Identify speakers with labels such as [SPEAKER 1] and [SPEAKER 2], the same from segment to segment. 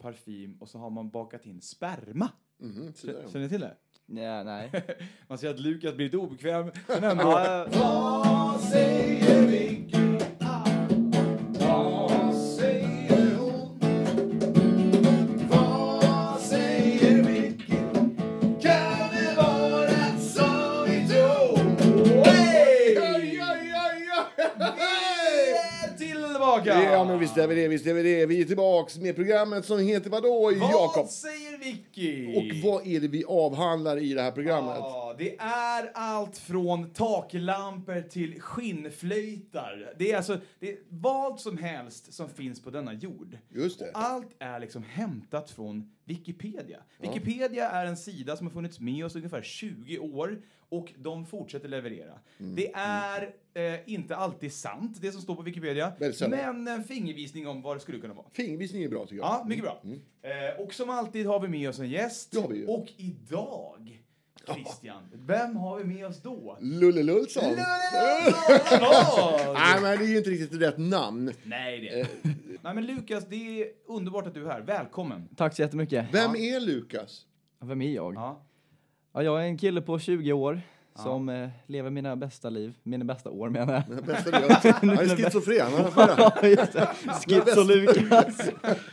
[SPEAKER 1] parfym och så har man bakat in sperma. Känner ni till det?
[SPEAKER 2] Ja, nej.
[SPEAKER 1] Man ser att Lukas blir lite obekväm. Men ändå...
[SPEAKER 3] Vad säger Vicky? Vad säger hon? Vad säger Vicky? Kan det vara som vi tror?
[SPEAKER 1] Tillbaka!
[SPEAKER 3] Ja, men visst är vi det. Vi är tillbaks med programmet som heter vadå, Jakob?
[SPEAKER 1] Vad säger Vicky?
[SPEAKER 3] Och vad är det vi avhandlar i det här programmet?
[SPEAKER 1] Ja, det är allt från taklampor till skinnflöjtar. Det är alltså vad som helst som finns på denna jord.
[SPEAKER 3] Just det.
[SPEAKER 1] Och allt är liksom hämtat från Wikipedia. Wikipedia är en sida som har funnits med oss ungefär 20 år och de fortsätter leverera. Det är inte alltid sant, det som står på Wikipedia, men en fingervisning om vad det skulle kunna vara.
[SPEAKER 3] Fingervisning är bra, tycker jag.
[SPEAKER 1] Ja, mycket bra. Och som alltid har vi med oss en gäst.
[SPEAKER 3] Det har vi ju.
[SPEAKER 1] Och idag, Christian, vem har vi med oss då?
[SPEAKER 3] Lulle Lulsson. Nej, men det är ju inte riktigt rätt namn.
[SPEAKER 1] Nej, det Nej, men Lukas, det är underbart att du är här. Välkommen.
[SPEAKER 2] Tack så jättemycket.
[SPEAKER 3] Vem är Lukas?
[SPEAKER 2] Vem är jag?
[SPEAKER 1] Ja.
[SPEAKER 2] Ja, jag är en kille på 20 år som lever mina bästa liv. Mina bästa år, menar jag.
[SPEAKER 3] Den bästa delen. Han är schizofren.
[SPEAKER 2] Ja, just det. Schizo Lukas.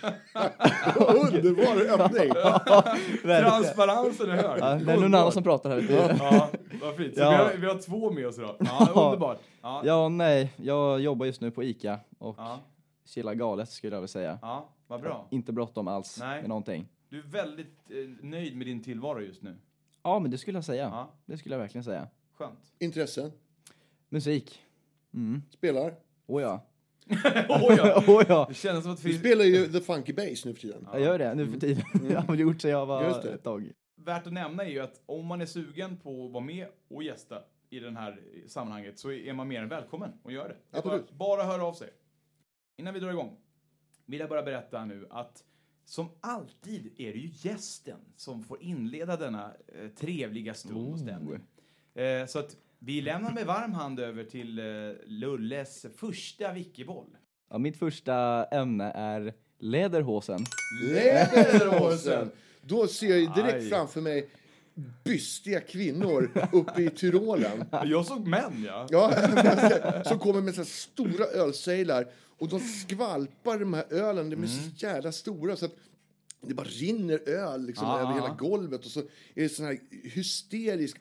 [SPEAKER 3] Underbar öppning.
[SPEAKER 1] Transparensen är hög.
[SPEAKER 2] Ja, det är någon annan som pratar här. Vet du.
[SPEAKER 1] Ja, vad fint. Så
[SPEAKER 2] Ja.
[SPEAKER 1] vi har två med oss idag. Ja, underbart.
[SPEAKER 2] Ja, nej. Jag jobbar just nu på ICA och
[SPEAKER 1] Ja.
[SPEAKER 2] chillar galet, skulle jag vilja säga.
[SPEAKER 1] Ja, vad bra.
[SPEAKER 2] Inte bråttom alls med någonting.
[SPEAKER 1] Du är väldigt nöjd med din tillvaro just nu.
[SPEAKER 2] Ja, men det skulle jag säga.
[SPEAKER 1] Ja.
[SPEAKER 2] Det skulle jag verkligen säga.
[SPEAKER 1] Skönt.
[SPEAKER 3] Intressen?
[SPEAKER 2] Musik.
[SPEAKER 3] Spelar?
[SPEAKER 2] Åh ja.
[SPEAKER 1] Åh ja. Det känns som att
[SPEAKER 3] Du spelar ju The Funky Bass nu för tiden.
[SPEAKER 2] Jag gör det nu för tiden. Jag har gjort så jag var ett tag.
[SPEAKER 1] Värt att nämna är ju att om man är sugen på att vara med och gästa i den här sammanhanget så är man mer än välkommen att göra det.
[SPEAKER 3] Absolut.
[SPEAKER 1] Bara höra av sig. Innan vi drar igång vill jag bara berätta nu att som alltid är det ju gästen som får inleda denna trevliga stund och stämning. Så att vi lämnar med varm hand över till Lulles första wikiboll.
[SPEAKER 2] Ja, mitt första ämne är lederhosen.
[SPEAKER 3] Lederhosen! Då ser jag ju direkt framför mig bystiga kvinnor uppe i Tyrolen.
[SPEAKER 1] Jag såg män, ja.
[SPEAKER 3] Ja, som kommer med så här stora ölsejlar. Och de skvalpar de här ölen, de är så jävla stora så att det bara rinner öl liksom över hela golvet. Och så är det sån här hysterisk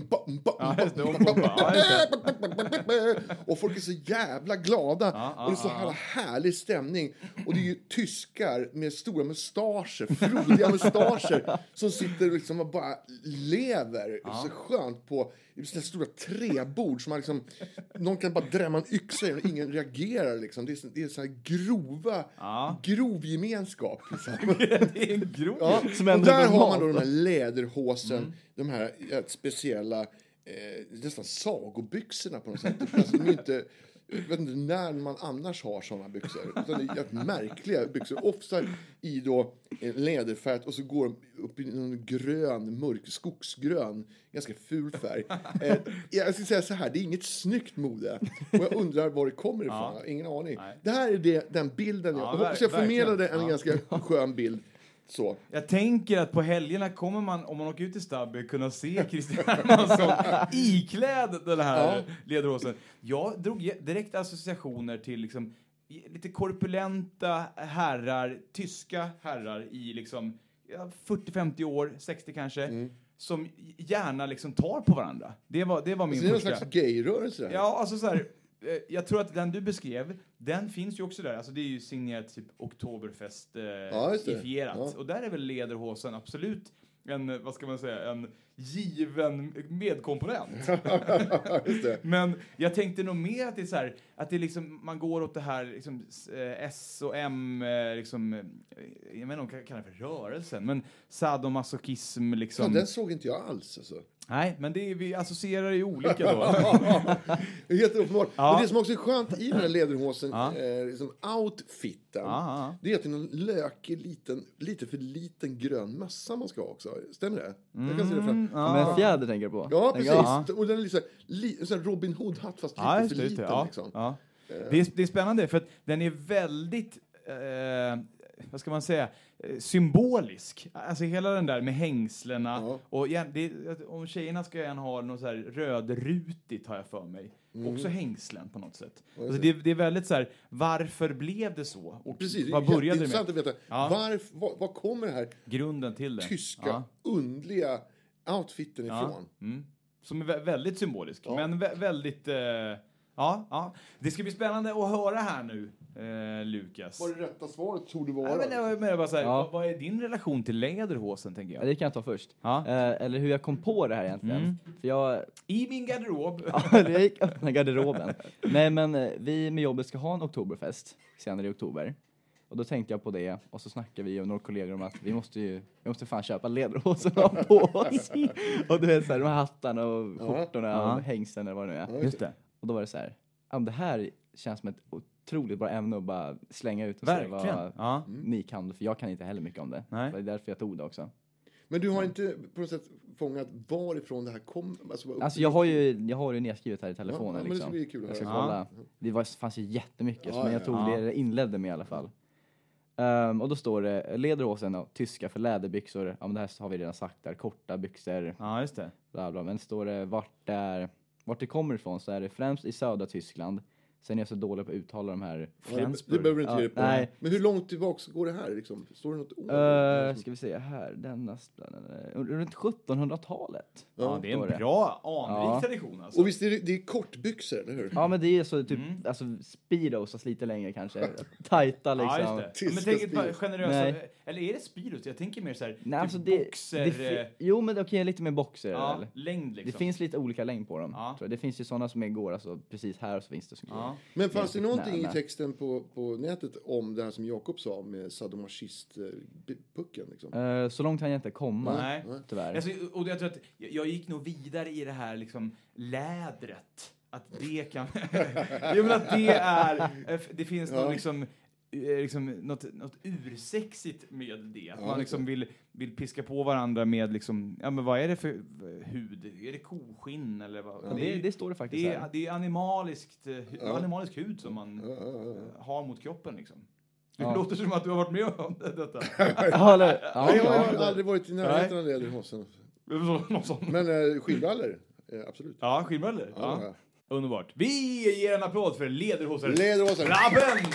[SPEAKER 3] och folk är så jävla glada. Och det är så här härlig stämning. Och det är ju tyskar med stora mustascher, frodiga mustascher som sitter liksom och bara lever så skönt på sådana stora träbord som man liksom, någon kan bara drämma en yxa i och ingen reagerar liksom. Det är så här grov gemenskap liksom.
[SPEAKER 1] Det är en grov.
[SPEAKER 3] Ja, och där har man då de här läderhosen, de här speciella nästan sagobyxorna på något sätt. Alltså, de är inte, jag vet inte när man annars har sådana byxor. Utan det är märkliga byxor. Ofta i då läderfärg och så går de upp i någon grön, mörk skogsgrön, ganska ful färg. Jag ska säga så här, det är inget snyggt mode. Och jag undrar var det kommer ifrån. Ingen aning. Nej. Det här är den bilden. Jag hoppas jag förmedlade en ganska skön bild. Så.
[SPEAKER 1] Jag tänker att på helgerna kommer man, om man åker ut i Stabby, kunna se Christian Hermansson iklädd den här lederhosen. Jag drog direkt associationer till liksom lite korpulenta herrar, tyska herrar i liksom 40-50 år, 60 kanske, som gärna liksom tar på varandra. Det var min
[SPEAKER 3] alltså,
[SPEAKER 1] första.
[SPEAKER 3] Det är någon slags gayrörelse.
[SPEAKER 1] Ja, alltså så här. Jag tror att den du beskrev, den finns ju också där. Alltså det är ju signerat typ Oktoberfest-ifierat. Ja. Och där är väl lederhosen absolut en, vad ska man säga, en given medkomponent.
[SPEAKER 3] Just det.
[SPEAKER 1] Men jag tänkte nog mer att det är så här, att det liksom, man går åt det här liksom, S och M, liksom, jag vet inte om man kan kalla det för rörelsen, men sadomasochism liksom.
[SPEAKER 3] Så den såg inte jag alls alltså.
[SPEAKER 1] Nej, men det är, vi associerar ju olika då.
[SPEAKER 3] Det är helt uppenbart. Ja. Men det som också är skönt i den här lederhosen, liksom outfitten, det är att det är någon lökig, lite för liten grön mössa man ska ha också. Stämmer det? Jag kan se det fram.
[SPEAKER 2] Men fjäder tänker du på?
[SPEAKER 3] Ja, precis. Och den är liksom en Robin Hood-hatt fast lite för liten. Liksom.
[SPEAKER 1] Det är spännande för att den är väldigt vad ska man säga, symbolisk. Alltså hela den där med hängslena.
[SPEAKER 3] Ja.
[SPEAKER 1] Och om tjejerna ska gärna ha något så här rödrutigt har jag för mig. Också hängslen på något sätt. Alltså det är väldigt så här, varför blev det så? Och
[SPEAKER 3] Precis,
[SPEAKER 1] vad började det med?
[SPEAKER 3] intressant att veta. Var kommer det här
[SPEAKER 1] grunden till det?
[SPEAKER 3] Tyska, underliga outfiten ifrån?
[SPEAKER 1] Som är väldigt symbolisk. Men väldigt... Ja, det ska bli spännande att höra här nu, Lukas.
[SPEAKER 3] Vad det rätta svaret tror du vara?
[SPEAKER 1] Men bara så här, vad är din relation till läderhosen, tänker jag?
[SPEAKER 2] Ja, det kan jag ta först.
[SPEAKER 1] Ja.
[SPEAKER 2] Eller hur jag kom på det här egentligen. För jag...
[SPEAKER 1] I min garderob.
[SPEAKER 2] Ja, jag gick öppna garderoben. Nej, men vi med jobbet ska ha en oktoberfest senare i oktober. Och då tänkte jag på det. Och så snackade vi och några kollegor om att vi måste fan köpa läderhosorna på oss. Och du vet så här, de här hattarna och skjortorna och hängseln eller vad det nu är.
[SPEAKER 1] Just det.
[SPEAKER 2] Och då var det så här, det här känns som ett otroligt bra ämne att bara slänga ut och
[SPEAKER 1] verkligen.
[SPEAKER 2] Se vad ni kan. För jag kan inte heller mycket om det.
[SPEAKER 1] Nej.
[SPEAKER 2] Det är därför jag tog det också.
[SPEAKER 3] Men du har inte på något sätt fångat varifrån det här kom?
[SPEAKER 2] Alltså jag har ju nedskrivet här i telefonen.
[SPEAKER 3] Men det ska bli kul att
[SPEAKER 2] jag ska
[SPEAKER 3] höra.
[SPEAKER 2] kolla. Det fanns ju jättemycket, men jag tog det inledde med i alla fall. Och då står det lederhosen, tyska för läderbyxor. Ja, men det här har vi redan sagt där. Korta byxor.
[SPEAKER 1] Ja, just det.
[SPEAKER 2] Bla bla. Men står det vart det kommer ifrån, så är det främst i södra Tyskland. Sen är jag så dålig på att uttala de här.
[SPEAKER 3] Det behöver du inte ge på.
[SPEAKER 2] Nej.
[SPEAKER 3] Men hur långt tillbaka går det här liksom? Står det något ord?
[SPEAKER 2] Ska vi se här. Runt 1700-talet.
[SPEAKER 1] Ja, det är en bra anrik tradition alltså.
[SPEAKER 3] Och visst det är kortbyxor, eller hur?
[SPEAKER 2] Ja, men det är så typ alltså speedos och lite längre kanske. Tajta liksom.
[SPEAKER 1] Ja, just det. Ja, men tänk ett par generösa, eller är det speedos? Jag tänker mer så här,
[SPEAKER 2] nej, alltså
[SPEAKER 1] boxer.
[SPEAKER 2] Jo, men okej, lite mer boxer.
[SPEAKER 1] Ja,
[SPEAKER 2] eller?
[SPEAKER 1] längd liksom.
[SPEAKER 2] Det finns lite olika längd på dem.
[SPEAKER 1] Ja.
[SPEAKER 2] Tror jag. Det finns ju sådana som går alltså precis här och så finns det som går.
[SPEAKER 3] Men fanns det någonting i texten på nätet om det här som Jakob sa med sadomaschist-pucken liksom?
[SPEAKER 2] Så långt kan jag inte komma,
[SPEAKER 1] Nej.
[SPEAKER 2] tyvärr.
[SPEAKER 1] Alltså, och jag tror att jag gick nog vidare i det här liksom lädret. Att det kan... jag menar att det är... Det finns någon liksom något ursexigt med det. Att man liksom vill piska på varandra med liksom... Ja, men vad är det för hud? Är det koskinn eller vad?
[SPEAKER 2] Ja, det står det faktiskt här.
[SPEAKER 1] Det är animalisk hud som man har mot kroppen liksom. Det låter som att du har varit med om detta.
[SPEAKER 3] Jag har aldrig varit i närheten av läderhosen. Men skinnbrallor, absolut.
[SPEAKER 1] Ja, skinnbrallor. Ja. Underbart. Vi ger en applåd för läderhosen. Rabben!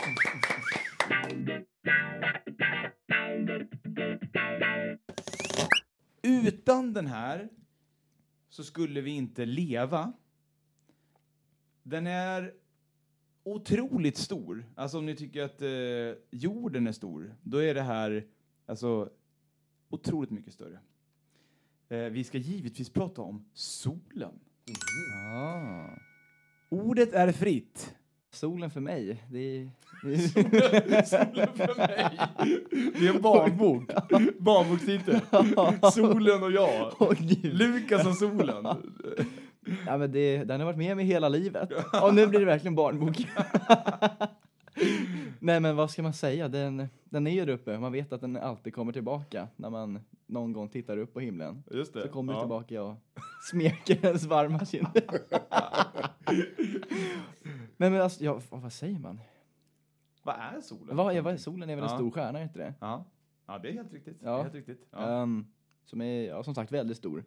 [SPEAKER 1] Utan den här så skulle vi inte leva. Den är otroligt stor. Alltså om ni tycker att jorden är stor, då är det här alltså otroligt mycket större. Vi ska givetvis prata om solen. Ordet är fritt.
[SPEAKER 2] Solen för mig, det är...
[SPEAKER 1] Solen för mig. Det är en barnbok. Barnbokstitel. Solen och jag. Lukas och solen.
[SPEAKER 2] Ja, men den har varit med mig hela livet. Och nu blir det verkligen barnbok. Nej, men vad ska man säga? Den är ju där uppe. Man vet att den alltid kommer tillbaka när man någon gång tittar upp på himlen.
[SPEAKER 1] Just det.
[SPEAKER 2] Så kommer det tillbaka och smeker ens varma kinder. Men alltså, vad säger man?
[SPEAKER 1] Vad är solen?
[SPEAKER 2] Vad är solen? Är väl en stor stjärna, inte det?
[SPEAKER 1] Ja, det är helt riktigt.
[SPEAKER 2] Ja.
[SPEAKER 1] Det är helt riktigt. Ja.
[SPEAKER 2] Som är, som sagt, väldigt stor.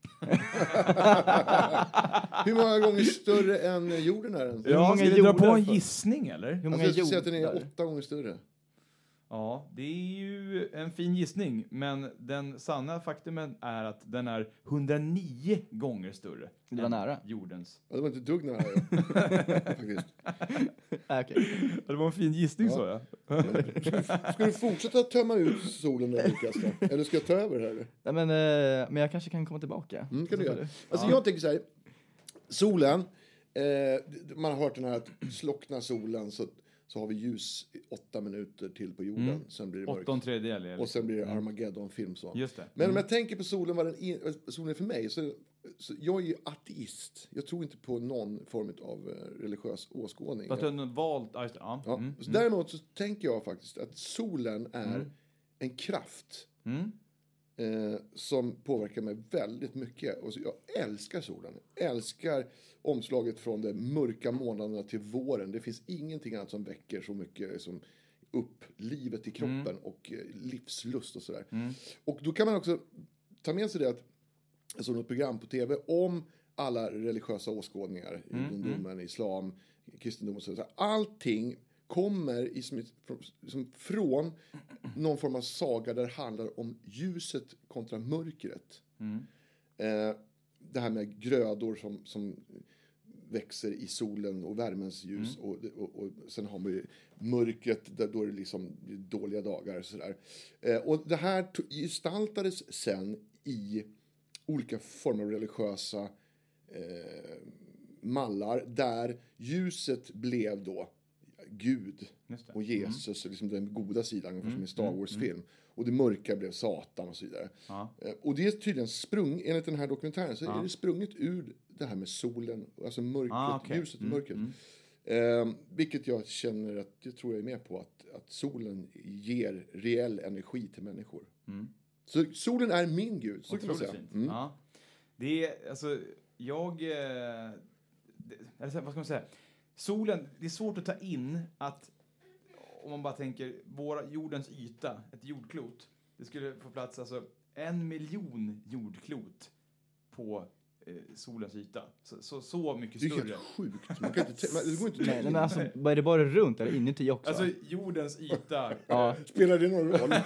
[SPEAKER 3] Hur många gånger större än jorden är den?
[SPEAKER 1] Ja, ska vi dra på en gissning, eller?
[SPEAKER 2] Hur många
[SPEAKER 3] jag skulle säga att den är 8 gånger större.
[SPEAKER 1] Ja, det är ju en fin gissning. Men den sanna faktumen är att den är 109 gånger större.
[SPEAKER 2] Det var nära.
[SPEAKER 1] Jordens.
[SPEAKER 3] Ja, det var inte dugg nära. Faktiskt.
[SPEAKER 2] Okay.
[SPEAKER 1] Det var en fin gissning, så jag.
[SPEAKER 3] Ska du fortsätta tömma ut solen där, Lukas? Eller ska jag ta över det här?
[SPEAKER 2] Nej, men jag kanske kan komma tillbaka.
[SPEAKER 3] Kan du göra. Alltså jag tänker så här. Solen. Man har hört den här att slockna solen så har vi ljus i 8 minuter till på jorden. Sen blir det mörkt.
[SPEAKER 1] 8/3.
[SPEAKER 3] Och sen blir det Armageddon-film.
[SPEAKER 1] Just det.
[SPEAKER 3] Men om jag tänker på solen, vad solen är för mig, så jag är ju ateist. Jag tror inte på någon form av religiös åskådning.
[SPEAKER 1] Fast du har valt...
[SPEAKER 3] Så däremot så tänker jag faktiskt att solen är en kraft som påverkar mig väldigt mycket. Och så jag älskar solen. Jag älskar omslaget från de mörka månaderna till våren. Det finns ingenting annat som väcker så mycket som upp livet i kroppen och livslust och sådär. Och då kan man också ta med sig det att jag såg något program på tv om alla religiösa åskådningar, judendomen, islam, kristendom och så. Allting kommer från någon form av saga där det handlar om ljuset kontra mörkret. Det här med grödor som växer i solen och värmens ljus och sen har man ju mörkret där då är det liksom dåliga dagar och sådär. Och det här gestaltades sen i olika former av religiösa mallar där ljuset blev då Gud och Jesus och liksom den goda sidan ungefär som i Star Wars-film. Och det mörka blev Satan och så vidare. Och det är tydligen enligt den här dokumentären så är det sprunget ur det här med solen, alltså mörkret, ljuset och mörkret. Vilket jag känner att jag tror jag är med på att solen ger reell energi till människor. Så solen är min gud, så kan man säga.
[SPEAKER 1] Ja. Det är, alltså, vad ska man säga? Solen, det är svårt att ta in att om man bara tänker jordens yta, ett jordklot, det skulle få plats alltså 1 miljon jordklot på solens yta. Så mycket större.
[SPEAKER 3] Det är helt sjukt. Man kan inte det går inte
[SPEAKER 2] Nej, men alltså, är det bara runt eller inuti också?
[SPEAKER 1] Alltså jordens yta.
[SPEAKER 3] Spelar det någon roll?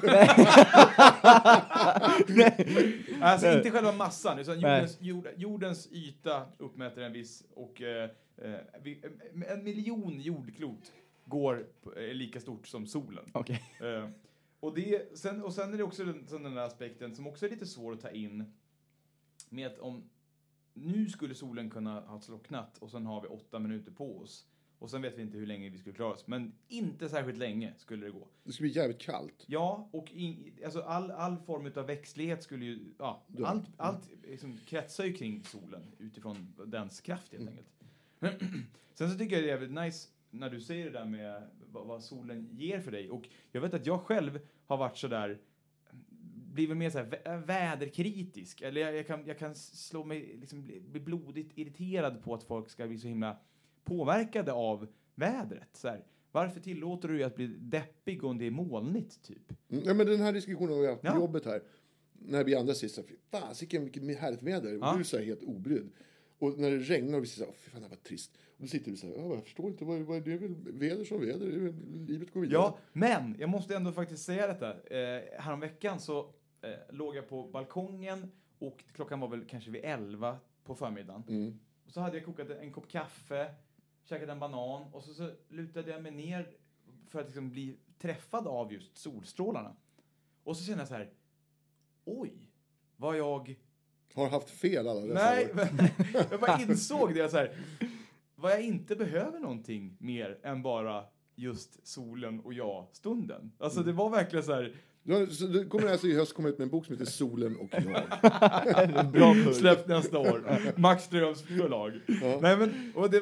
[SPEAKER 1] Alltså inte själva massan, utan jordens yta uppmäter en viss och 1 miljon jordklot är lika stort som solen.
[SPEAKER 2] Okay.
[SPEAKER 1] Och sen är det också den där aspekten som också är lite svår att ta in med att om nu skulle solen kunna ha slocknat och sen har vi 8 minuter på oss och sen vet vi inte hur länge vi skulle klara oss, men inte särskilt länge skulle det gå.
[SPEAKER 3] Det skulle bli jävligt kallt.
[SPEAKER 1] Ja, och alltså all form av växtlighet skulle ju allt liksom kretsar ju kring solen utifrån dens kraft helt enkelt. Sen så tycker jag det är jävligt nice när du säger det där med vad solen ger för dig. Och jag vet att jag själv har varit så där, blivit mer så här väderkritisk. Eller jag kan slå mig, liksom bli blodigt irriterad på att folk ska bli så himla påverkade av vädret. Så här, varför tillåter du att bli deppig om det är molnigt typ?
[SPEAKER 3] Ja, men den här diskussionen har vi haft på jobbet här. När vi andra sist vilket härligt väder. Och du är så här helt obrydd. Och när det regnar och vi säger fy fan det var trist. Och då sitter du så här, jag förstår inte, det är väl väder som väder, livet går vidare.
[SPEAKER 1] Ja, men jag måste ändå faktiskt säga detta. Häromveckan så låg jag på balkongen och klockan var väl kanske vid 11 på förmiddagen. Och så hade jag kokat en kopp kaffe, käkat en banan och så lutade jag mig ner för att liksom bli träffad av just solstrålarna. Och så kände jag så här, oj, vad jag
[SPEAKER 3] har haft fel alla dessa
[SPEAKER 1] Nej, jag bara insåg det så här. Vad jag inte behöver någonting mer än bara just solen och jag-stunden. Alltså det var verkligen så här.
[SPEAKER 3] Du kommer alltså i höst komma ut med en bok som heter Solen och jag.
[SPEAKER 1] Bra pull. Släppt nästa år. Max Ströms förlag. Ja. Nej men, och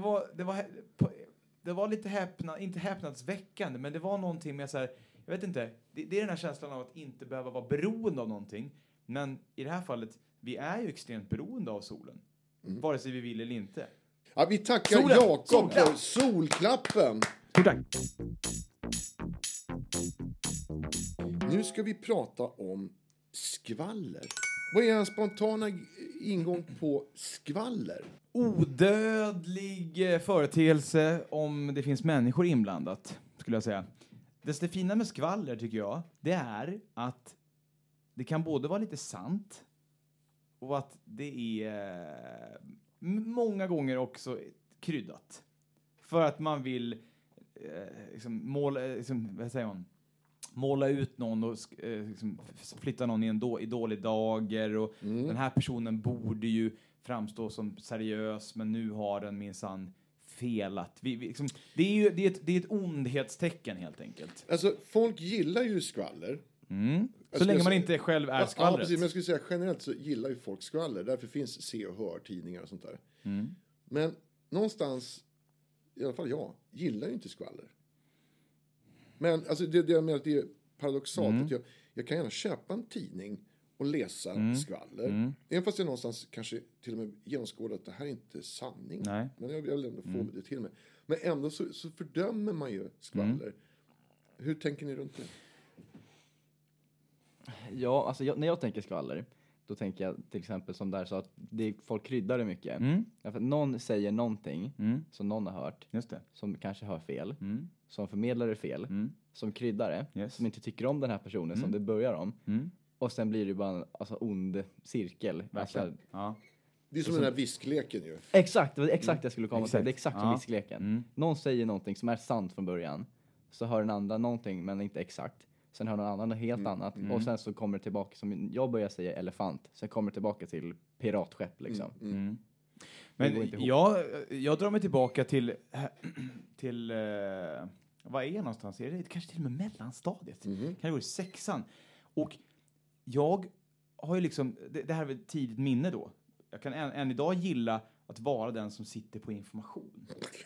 [SPEAKER 1] det var lite inte häpnadsväckande, men det var någonting med så här, jag vet inte, det är den här känslan av att inte behöva vara beroende av någonting. Men i det här fallet, vi är ju extremt beroende av solen. Vare sig vi vill eller inte.
[SPEAKER 3] Ja, vi tackar Jakob för solklappen.
[SPEAKER 2] Tack.
[SPEAKER 3] Nu ska vi prata om skvaller. Vad är en spontana ingång på skvaller?
[SPEAKER 1] Odödlig företeelse om det finns människor inblandat, skulle jag säga. Det fina med skvaller tycker jag, det är att det kan både vara lite sant och att det är många gånger också kryddat. För att man vill måla ut någon och flytta någon i dålig dager. Och den här personen borde ju framstå som seriös, men nu har den minsann felat. Det är ett ondhetstecken helt enkelt.
[SPEAKER 3] Alltså, folk gillar ju skvaller.
[SPEAKER 1] Så länge man inte själv är skvallret.
[SPEAKER 3] Ja, precis. Men jag skulle säga generellt så gillar ju folk skvaller. Därför finns se och hör tidningar och sånt där. Men någonstans, i alla fall jag, gillar ju inte skvaller. Men alltså, det jag menar att det är paradoxalt att jag kan gärna köpa en tidning och läsa skvaller. Även fast jag någonstans kanske till och med genomskådar att det här är inte sanning.
[SPEAKER 1] Nej.
[SPEAKER 3] Men jag vill ändå få det till mig. Men ändå så fördömer man ju skvaller. Hur tänker ni runt det?
[SPEAKER 2] Ja, alltså när jag tänker skvaller, då tänker jag till exempel som där så att folk kryddar det mycket. Därför att någon säger någonting som någon har hört.
[SPEAKER 1] Just det.
[SPEAKER 2] Som kanske hör fel. Som förmedlar det fel. Som kryddar det.
[SPEAKER 1] Yes.
[SPEAKER 2] Som inte tycker om den här personen som det börjar om. Och sen blir det bara en ond cirkel. Alltså,
[SPEAKER 1] Ja.
[SPEAKER 3] Det är som den här viskleken ju.
[SPEAKER 2] Exakt, det var exakt jag skulle komma till.
[SPEAKER 1] Exakt.
[SPEAKER 2] Det är exakt som viskleken. Någon säger någonting som är sant från början. Så hör den andra någonting men inte exakt. Sen hör någon annan något helt annat. Och sen så kommer det tillbaka, som jag börjar säga, elefant. Sen kommer det tillbaka till piratskepp liksom.
[SPEAKER 1] Men jag drar mig tillbaka till vad är jag någonstans? Är det kanske till och med mellanstadiet? Kan det gå i 6:an? Och jag har ju liksom, det här är ett tidigt minne då. Jag kan än idag gilla att vara den som sitter på information.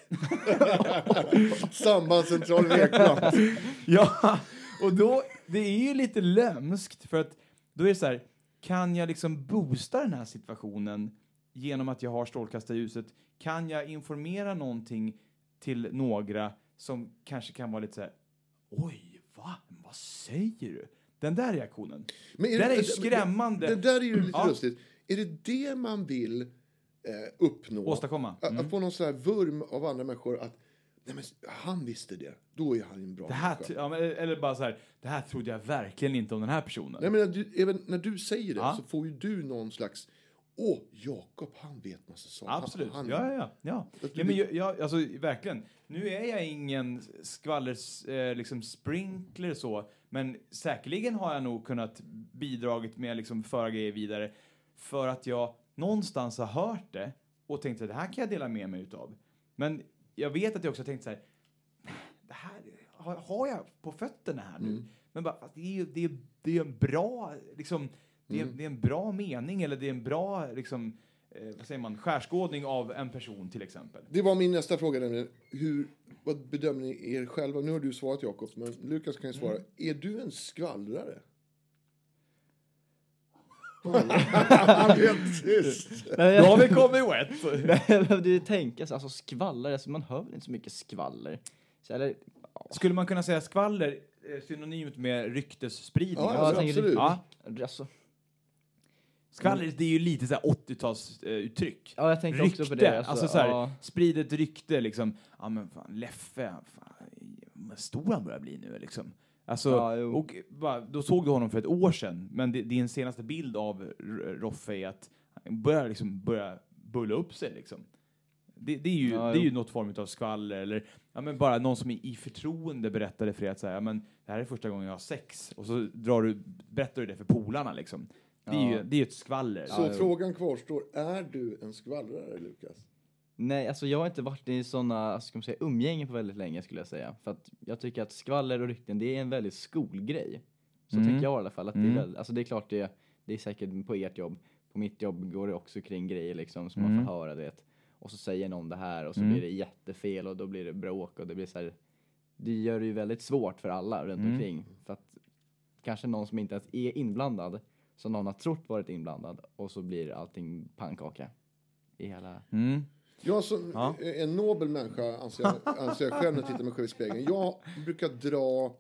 [SPEAKER 3] Sambandscentral Ekblad.
[SPEAKER 1] Ja, och då, det är ju lite lömskt för att då är det så här, kan jag liksom boosta den här situationen genom att jag har strålkastarljuset? Kan jag informera någonting till några som kanske kan vara lite så här, oj, vad säger du? Den där reaktionen.
[SPEAKER 3] Men
[SPEAKER 1] den är ju skrämmande.
[SPEAKER 3] Det där är ju lite lustigt. Är det man vill uppnå?
[SPEAKER 1] Åstadkomma.
[SPEAKER 3] Att få någon sån här vurm av andra människor att nej, men han visste det. Då är han en bra människa.
[SPEAKER 1] Eller bara så här, det här trodde jag verkligen inte om den här personen.
[SPEAKER 3] Nej, men även när du säger det så får ju du någon slags Jakob, han vet massa saker.
[SPEAKER 1] Absolut. Ja. Men alltså verkligen. Nu är jag ingen skvallers liksom sprinkler så, men säkerligen har jag nog kunnat bidragit med liksom föra grejer vidare för att jag någonstans har hört det och tänkt att det här kan jag dela med mig utav. Men jag vet att jag också har tänkt så här, det här har jag på fötterna här nu. Men bara det är en bra liksom det är en bra mening eller det är en bra liksom vad säger man, skärskådning av en person till exempel.
[SPEAKER 3] Det var min nästa fråga nämligen. Vad bedömer ni er själva? Nu har du svarat, Jakob, men Lukas kan ju svara. Är du en skvallrare? Han är helt tyst.
[SPEAKER 1] Då har vi kommit wet.
[SPEAKER 2] Jag behövde ju tänka så, alltså skvaller, alltså man hör väl inte så mycket skvaller. Så, eller,
[SPEAKER 1] skulle man kunna säga skvaller synonymt med ryktesspridning?
[SPEAKER 3] Ja, alltså, absolut.
[SPEAKER 2] Alltså.
[SPEAKER 1] Skvaller, det är ju lite så här 80-tals uttryck.
[SPEAKER 2] Ja, jag tänkte
[SPEAKER 1] rykte,
[SPEAKER 2] också på det.
[SPEAKER 1] Alltså så här, sprid ett rykte liksom. Ja men fan, Leffe, vad stor han börjar bli nu liksom. Alltså, och då såg du honom för ett år sedan. Men din senaste bild av Roffe är att han börjar bulla upp sig liksom. Det är ju något form av skvaller. Eller bara någon som i förtroende berättade för att säga, men det här är första gången jag har sex. Och så berättar du det för polarna liksom. Det är ju ett skvaller.
[SPEAKER 3] Så frågan kvarstår, är du en skvallrare, Lukas?
[SPEAKER 2] Nej, alltså jag har inte varit i sådana, ska man säga, umgänge på väldigt länge skulle jag säga. För att jag tycker att skvaller och rykten, det är en väldigt skolgrej. Så tänker jag i alla fall. Att det är väldigt, alltså det är klart det är säkert på ert jobb. På mitt jobb går det också kring grejer liksom som man får höra, vet. Och så säger någon det här och så blir det jättefel och då blir det bråk och det blir så här. Det gör det ju väldigt svårt för alla runt omkring. För att kanske någon som inte ens är inblandad, som någon har trott varit inblandad, och så blir allting pannkaka i hela...
[SPEAKER 3] Jag som en nobel människa anser jag själv när jag tittar mig själv i spegeln. Jag brukar dra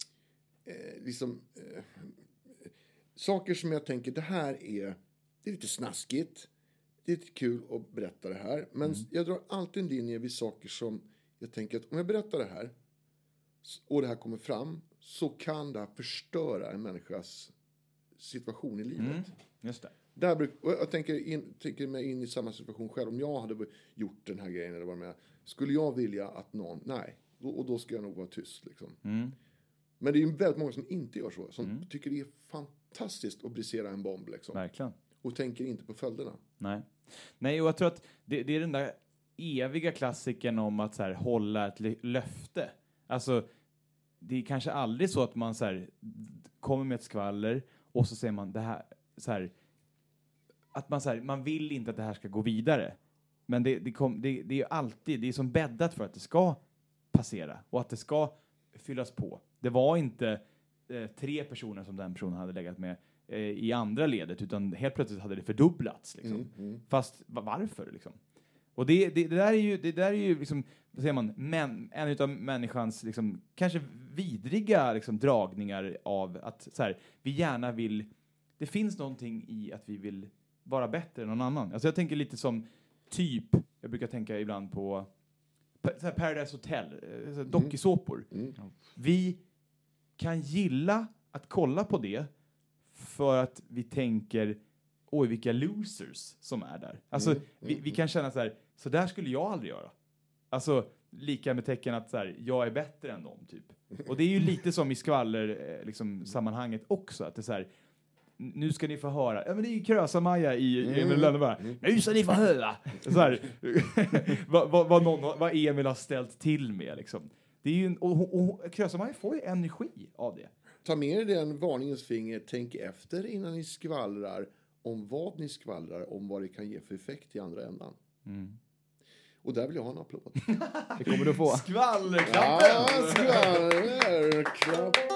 [SPEAKER 3] saker som jag tänker, det är lite snaskigt. Det är lite kul att berätta det här. Men jag drar alltid en linje vid saker som jag tänker att om jag berättar det här och det här kommer fram, så kan det förstöra en människas situation i livet.
[SPEAKER 1] Just det.
[SPEAKER 3] Jag tänker mig in i samma situation själv. Om jag hade gjort den här grejen eller vad med, skulle jag vilja att någon, då ska jag nog vara tyst liksom. Men det är ju väldigt många som inte gör så, som tycker det är fantastiskt att brisera en bomb liksom.
[SPEAKER 1] Verkligen.
[SPEAKER 3] Och tänker inte på följderna.
[SPEAKER 1] Nej, och jag tror att det är den där eviga klassikern om att så här, hålla ett löfte. Alltså, det är kanske aldrig så att man så här, kommer med ett skvaller och så säger man det här så här, att man så här, man vill inte att det här ska gå vidare. Men det är ju alltid, det är som bäddat för att det ska passera och att det ska fyllas på. Det var inte 3 personer som den personen hade legat med i andra ledet, utan helt plötsligt hade det fördubblats liksom. Fast varför liksom? Och det där är ju liksom, vad säger man, en utav människans liksom, kanske vidriga liksom, dragningar av att så här, vi gärna vill, det finns någonting i att vi vill vara bättre än någon annan. Alltså jag tänker lite som jag brukar tänka ibland på så här Paradise Hotel, dokusåpor. Vi kan gilla att kolla på det för att vi tänker, oj vilka losers som är där. Alltså vi kan känna så där skulle jag aldrig göra. Alltså lika med tecken att så här, jag är bättre än dem typ. Och det är ju lite som i skvaller liksom, sammanhanget också, att det är så här, nu ska ni få höra. Ja men det är ju Krösa-Maja i Emil Lönneberg. Nu ska ni få höra. Så här, vad Emil har ställt till med liksom. Det är ju och Krösa-Maja får ju energi av det.
[SPEAKER 3] Ta med er den varningens finger. Tänk efter innan ni skvallrar om vad ni skvallrar, om vad det kan ge för effekt i andra ändan. Och där vill jag ha en applåd.
[SPEAKER 2] Det kommer du få.
[SPEAKER 1] Skvallerklappen!
[SPEAKER 3] Ja, skvallerklapp.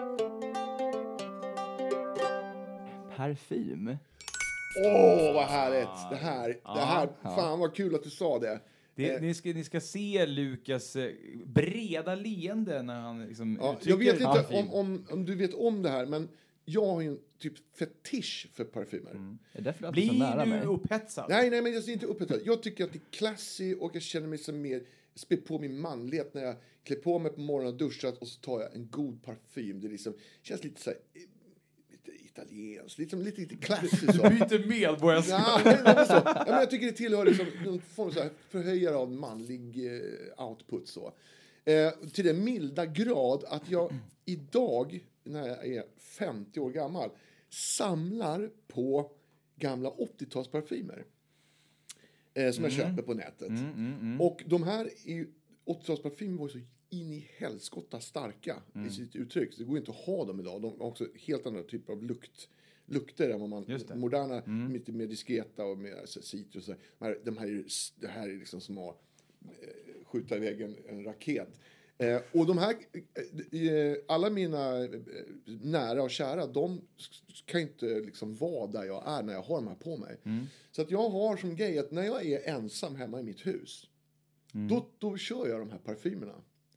[SPEAKER 2] Parfym.
[SPEAKER 3] Vad härligt. Det här, fan vad kul att du sa det.
[SPEAKER 1] Ni ska se Lukas breda leende när han liksom
[SPEAKER 3] jag vet inte om du vet om det här, men jag har ju en typ fetisch för parfymer.
[SPEAKER 2] Är det för blir så nära
[SPEAKER 1] du
[SPEAKER 2] mig?
[SPEAKER 1] upphetsad?
[SPEAKER 3] Nej, men jag är inte upphetsad. Jag tycker att det är classy och jag känner mig som mer, spär på min manlighet när jag klär på mig på morgonen och duschat och så tar jag en god parfym. Det liksom känns lite så här, lite italienskt, lite klassiskt.
[SPEAKER 1] Du byter medborgarskap.
[SPEAKER 3] Ja, men jag tycker det tillhör liksom någon form av förhöjare av manlig output så. Till den milda grad att jag idag, när jag är 50 år gammal, samlar på gamla 80-talsparfymer som jag köper på nätet. Och de här 80-talsparfymer var så in i helskotta starka i sitt uttryck. Så det går inte att ha dem idag. De har också helt andra typer av lukter än vad man moderna, lite mer diskreta och mer citrus. Det här är liksom som att skjuta iväg en raket. Och de här, alla mina nära och kära, de kan inte liksom vara där jag är när jag har de här på mig. Så att jag har som grej att när jag är ensam hemma i mitt hus, då kör jag de här parfymerna.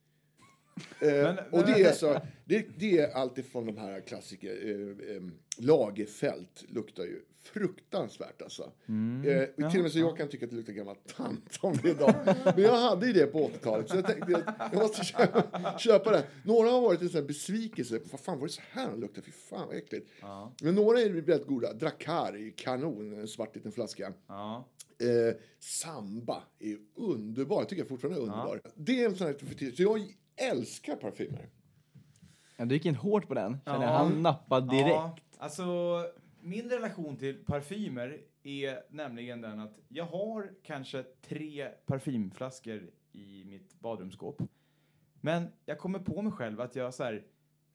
[SPEAKER 3] Och det är så, det är alltifrån de här klassiker, Lagerfeld luktar ju fruktansvärt alltså. Till och med så jag kan tycka att det luktar gammal tant om det idag. Men jag hade ju det på 80-talet, så jag tänkte att jag måste köpa det. Några har varit en sån här besvikelse. Vad fan var det så här de luktar? Fy fan vad äckligt. Men några är väldigt goda. Drakkar är kanon, en svart liten flaska. Samba är underbar. Jag tycker jag fortfarande är underbar. Det är en sån här, så jag älskar parfymer.
[SPEAKER 2] Ja, du gick in hårt på den. Han nappade direkt.
[SPEAKER 1] Ja, alltså min relation till parfymer är nämligen den att jag har kanske 3 parfymflaskor i mitt badrumsskåp. Men jag kommer på mig själv att jag så här,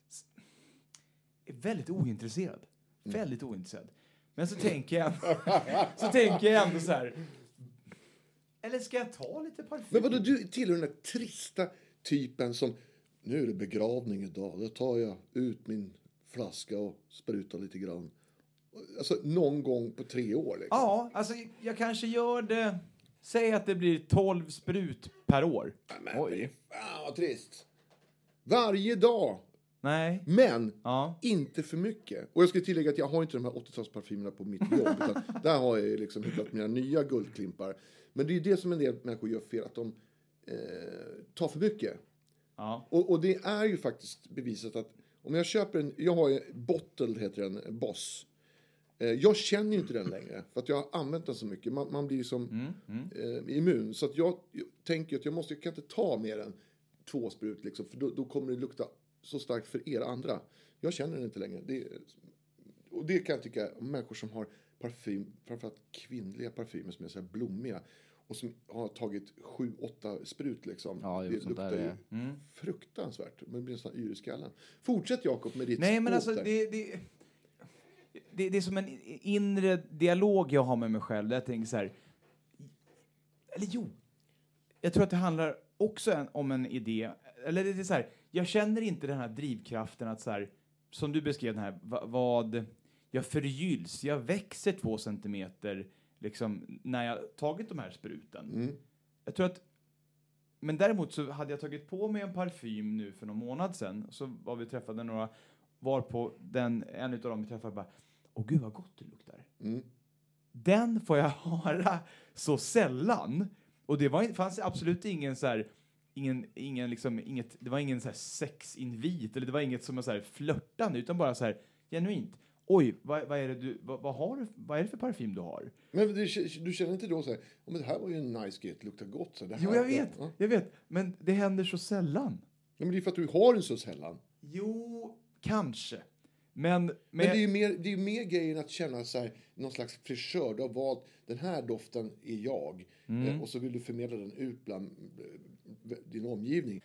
[SPEAKER 1] är väldigt ointresserad. Väldigt ointresserad. Men så tänker jag ändå så här, eller ska jag ta lite parfym?
[SPEAKER 3] Men vadå, du tillhör den där trista typen som, nu är det begravning idag, då tar jag ut min flaska och sprutar lite grann. Alltså någon gång på 3 år liksom.
[SPEAKER 1] Ja, alltså jag kanske gör det, säg att det blir 12 sprut per år.
[SPEAKER 3] Men, oj. Fan vad trist. Varje dag.
[SPEAKER 1] Nej.
[SPEAKER 3] Men inte för mycket. Och jag ska tillägga att jag har inte de här 80-talsparfymerna på mitt jobb. Utan där har jag liksom hittat mina nya guldklimpar. Men det är det som en del människor gör fel, att de tar för mycket. Och det är ju faktiskt bevisat att om jag köper jag har ju Bottle, heter den, Boss. Jag känner ju inte den längre för att jag har använt den så mycket. Man blir som immun. Så att jag tänker att jag kan inte ta mer än 2 sprut liksom, för då kommer det lukta så starkt för er andra. Jag känner den inte längre. Och det kan jag tycka, människor som har parfym, framförallt kvinnliga parfymer som är så här blommiga och som har tagit 7-8 sprut liksom.
[SPEAKER 2] Ja,
[SPEAKER 3] det luktar ju fruktansvärt. Men det blir nästan yr i skallen. Fortsätt Jakob med ditt.
[SPEAKER 1] Nej, men alltså det är som en inre dialog jag har med mig själv. Där jag tänker så här, jag tror att det handlar också om en idé. Eller det är så här, jag känner inte den här drivkraften att så här, som du beskrev den här, vad jag förgylls, jag växer 2 centimeter liksom, när jag tagit de här spruten. Jag tror att, men däremot så hade jag tagit på mig en parfym nu för någon månad sedan. Så var vi träffade några, var på en utav dem vi träffade bara, åh gud vad gott det luktar. Den får jag höra så sällan. Och det fanns absolut ingen så här, ingen liksom, inget, det var ingen så här sexinvit, eller det var inget som var så här flörtande, utan bara så här genuint. Oj, vad är det vad är det för parfym du har?
[SPEAKER 3] Men du känner inte då så här, men det här var ju en nice grej, det luktar gott. Så det här,
[SPEAKER 1] Jo, jag vet. Men det händer så sällan.
[SPEAKER 3] Ja, men det är för att du har den så sällan.
[SPEAKER 1] Jo, kanske. Men
[SPEAKER 3] det är ju mer grejen att känna så här, någon slags frisör. Du har valt, den här doften är jag. Och så vill du förmedla den ut bland din omgivning.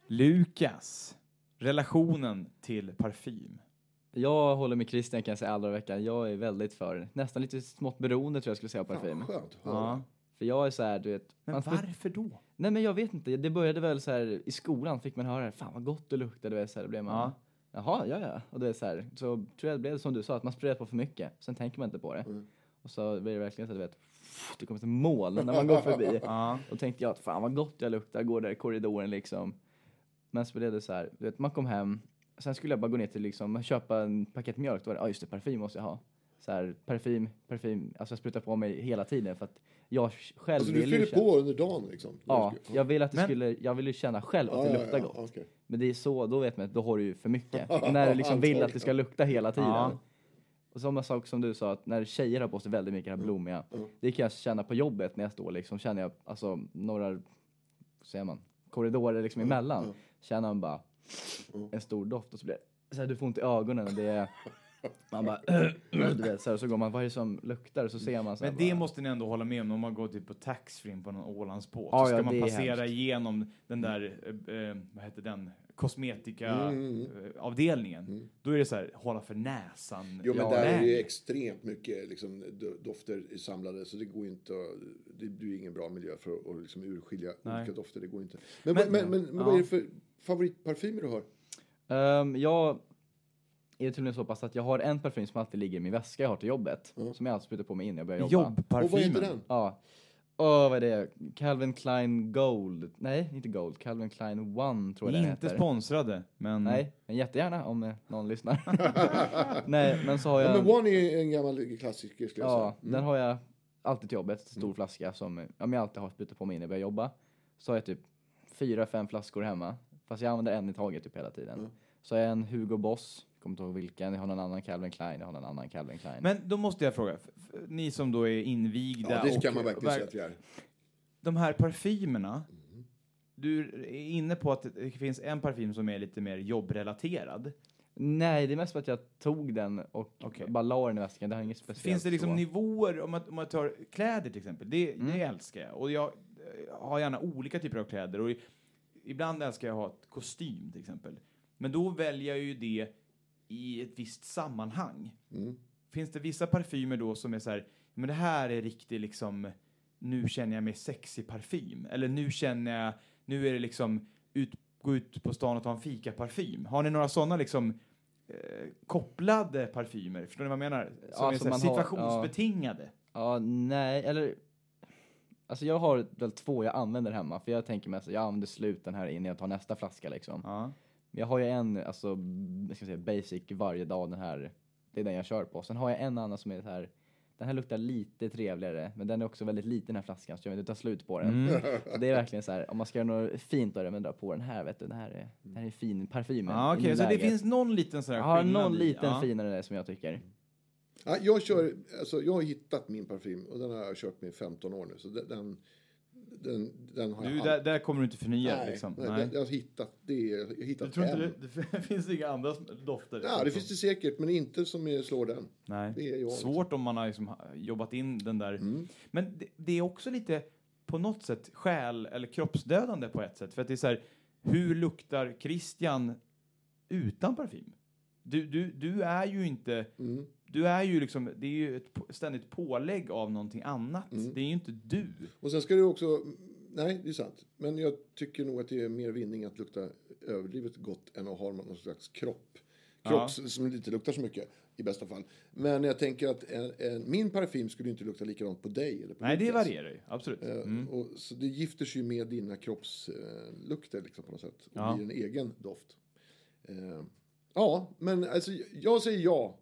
[SPEAKER 1] Lukas, relationen till parfym.
[SPEAKER 2] Jag håller med Christian, kan jag säga, alla veckan. Jag är väldigt för, nästan lite smått beroende tror jag skulle säga av parfym.
[SPEAKER 3] Fan, skönt att höra.
[SPEAKER 2] För jag är så här, du vet.
[SPEAKER 1] Men varför då?
[SPEAKER 2] Nej, men jag vet inte. Det började väl så här, i skolan fick man höra, fan vad gott det luktar, du vet, så här, det blev man. Jaha, ja. Och det är så här, så tror jag det blev som du sa, att man sprider på för mycket. Sen tänker man inte på det. Och så blir det verkligen så att du vet, det kommer till mål när man går förbi. Och tänkte jag att fan vad gott jag luktar, går där i korridoren liksom. Men så blev det så här, du vet, man kom hem. Sen skulle jag bara gå ner till liksom, köpa en paket mjölk. Då var det, just det, parfym måste jag ha. Så här, parfym. Alltså jag sprutar på mig hela tiden för att jag själv
[SPEAKER 3] alltså, vill... du fyller på under dagen liksom?
[SPEAKER 2] Ja, jag vill att jag vill ju känna själv att det luktar gott.
[SPEAKER 3] Okay.
[SPEAKER 2] Men det är så, då vet man att då har du ju för mycket. När du liksom vill att det ska lukta hela tiden. Och samma sak som du sa, att när tjejer har på sig väldigt mycket det här blommiga. Det kan jag känna på jobbet när jag står liksom, känner jag, alltså några, säger man, korridorer liksom emellan. Känner man bara en stor doft och så blir det så här, du får ont i ögonen och det är man bara du vet, så går man, vad är det som luktar, så ser man så här,
[SPEAKER 1] men det
[SPEAKER 2] bara,
[SPEAKER 1] måste ni ändå hålla med om man går typ på taxfree på någon Ålandsbåt.
[SPEAKER 2] Ja,
[SPEAKER 1] så ska
[SPEAKER 2] ja,
[SPEAKER 1] man passera
[SPEAKER 2] hemskt.
[SPEAKER 1] igenom den där vad heter den, kosmetika avdelningen. Då är det så här, hålla för näsan.
[SPEAKER 3] Jo, men där är det ju extremt mycket liksom, dofter samlade, så det går inte det blir ingen bra miljö för att liksom urskilja olika dofter, det går inte. Men vad är det för favoritparfymer du har?
[SPEAKER 2] Jag är tydligen så pass att jag har en parfym som alltid ligger i min väska jag har till jobbet. Som jag alltid sprutar på mig in när jag börjar jobba.
[SPEAKER 1] Jobbparfymen.
[SPEAKER 3] Och vad heter den?
[SPEAKER 2] Ja. Vad är det? Calvin Klein Gold. Nej, inte Gold. Calvin Klein One tror jag den heter.
[SPEAKER 1] Inte sponsrade, men...
[SPEAKER 2] Nej, men jättegärna om någon lyssnar. Nej, men så har jag...
[SPEAKER 3] Ja, men One är en gammal klassiker, skulle jag säga.
[SPEAKER 2] Den har jag alltid till jobbet. Stor flaska som jag alltid har sprutat på mig in när jag börjar jobba. Så har jag typ 4-5 flaskor hemma. Fast jag använder en i taget typ hela tiden. Så har jag en Hugo Boss. Kommer inte ihåg vilken. Jag har någon annan Calvin Klein. Jag har någon annan Calvin Klein.
[SPEAKER 1] Men då måste jag fråga. Ni som då är invigda.
[SPEAKER 3] Ja, det kan man verkligen säga att vi är.
[SPEAKER 1] De här parfymerna. Du är inne på att det finns en parfym som är lite mer jobbrelaterad.
[SPEAKER 2] Nej, det är mest för att jag tog den och bara la den i väskan. Det har inget speciellt.
[SPEAKER 1] Finns det liksom
[SPEAKER 2] så.
[SPEAKER 1] Nivåer, om man tar kläder till exempel, det älskar jag. Och jag har gärna olika typer av kläder. Och ibland älskar jag att ha ett kostym till exempel. Men då väljer jag ju det i ett visst sammanhang. Finns det vissa parfymer då som är så här, men det här är riktigt liksom, nu känner jag mig sexig parfym. Eller nu är det liksom, gå ut på stan och ta en fika-parfym. Har ni några sådana liksom kopplade parfymer? Förstår ni vad jag menar? Som är så här situationsbetingade.
[SPEAKER 2] Ja, nej, eller... Alltså jag har väl 2 jag använder hemma. För jag tänker mig att jag använder slut den här innan jag tar nästa flaska liksom.
[SPEAKER 1] Ja.
[SPEAKER 2] Jag har ju en, alltså, jag ska säga basic varje dag, den här. Det är den jag kör på. Sen har jag en annan som är så här. Den här luktar lite trevligare. Men den är också väldigt liten, den här flaskan. Så jag vill inte ta slut på den. Så det är verkligen så här. Om man ska göra något fint av det, men dra på den här, vet du. Den här är fin parfymen.
[SPEAKER 1] Ja, okej. Så det finns någon liten sån här
[SPEAKER 2] skillnad. Ja, någon liten finare där som jag tycker.
[SPEAKER 3] Ja, jag har hittat min parfym. Och den har jag kört med i 15 år nu. Så den har jag
[SPEAKER 1] där kommer du inte förnya.
[SPEAKER 3] Nej,
[SPEAKER 1] liksom.
[SPEAKER 3] Nej. Jag har hittat det. Jag har hittat
[SPEAKER 1] tror inte det finns inga andra dofter.
[SPEAKER 3] Ja, det finns det säkert, men inte som slår den.
[SPEAKER 1] Nej.
[SPEAKER 3] Det är jag,
[SPEAKER 1] svårt om man har liksom jobbat in den där. Men det är också lite på något sätt eller kroppsdödande på ett sätt. För att det är så här, hur luktar Christian utan parfym? Du är ju inte... Du är ju liksom, det är ju ett ständigt pålägg av någonting annat. Det är ju inte du.
[SPEAKER 3] Och sen ska du också, nej det är sant. Men jag tycker nog att det är mer vinning att lukta överdrivet gott än att ha någon slags som inte luktar så mycket i bästa fall. Men jag tänker att min parfym skulle inte lukta likadant på dig. Eller på
[SPEAKER 1] Nej, det
[SPEAKER 3] Lukas.
[SPEAKER 1] varierar ju. Absolut.
[SPEAKER 3] Och, så det gifter sig ju med dina kroppslukter liksom, på något sätt. Och blir en egen doft. Ja, men alltså, jag säger ja.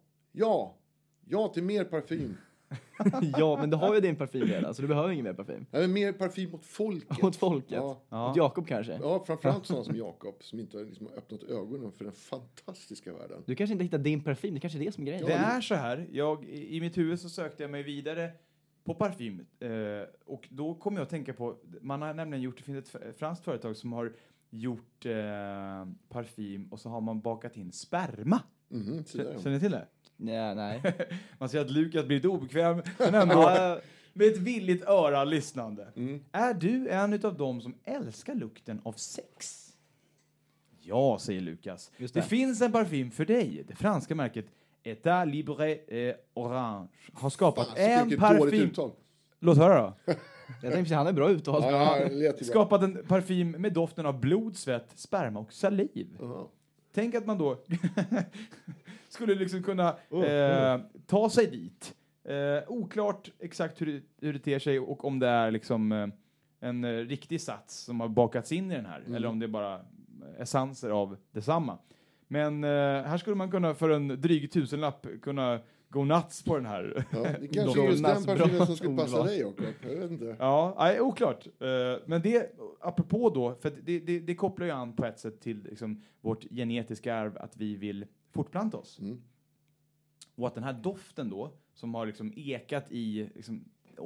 [SPEAKER 3] Ja till mer parfym.
[SPEAKER 2] Ja, men du har ju din parfym redan, så du behöver ingen mer parfym.
[SPEAKER 3] Ja, men mer parfym mot folket.
[SPEAKER 2] Mot folket?
[SPEAKER 3] Ja.
[SPEAKER 2] Mot Jakob kanske?
[SPEAKER 3] Ja, framförallt sådana som Jakob, som inte liksom har öppnat ögonen för den fantastiska världen.
[SPEAKER 2] Du kanske inte hittar din parfym, det kanske är det som är grejen.
[SPEAKER 1] Det är så här, i mitt huvud så sökte jag mig vidare på parfym. Och då kom jag att tänka på, man har nämligen gjort, det finns ett franskt företag som har gjort parfym och så har man bakat in sperma. Känner ni till det?
[SPEAKER 2] Ja, nej.
[SPEAKER 1] Man ser att Lukas blir lite obekväm, men ändå med ett villigt öra lyssnande. Är du en av dem som älskar lukten av sex? Ja, säger Lukas. Det finns en parfym för dig. Det franska märket État Libre Orange har skapat en parfym. Låt höra då.
[SPEAKER 2] Jag tänkte precis, han är bra uttal.
[SPEAKER 1] Skapat en parfym med doften av blod, svett, sperma och saliv. Tänk att man då skulle liksom kunna ta sig dit. Oklart exakt hur det ter sig och om det är liksom en riktig sats som har bakats in i den här. Eller om det är bara essenser av detsamma. Men här skulle man kunna för en dryg tusenlapp kunna gå nuts på den här.
[SPEAKER 3] Ja, det kanske är just den parfymen som skulle passa dig, Jakob. Jag vet inte.
[SPEAKER 1] Ja, nej, oklart. Men det, apropå då, för att det kopplar ju an på ett sätt till liksom, vårt genetiska arv att vi vill fortplanta oss. Och att den här doften då, som har liksom ekat i liksom,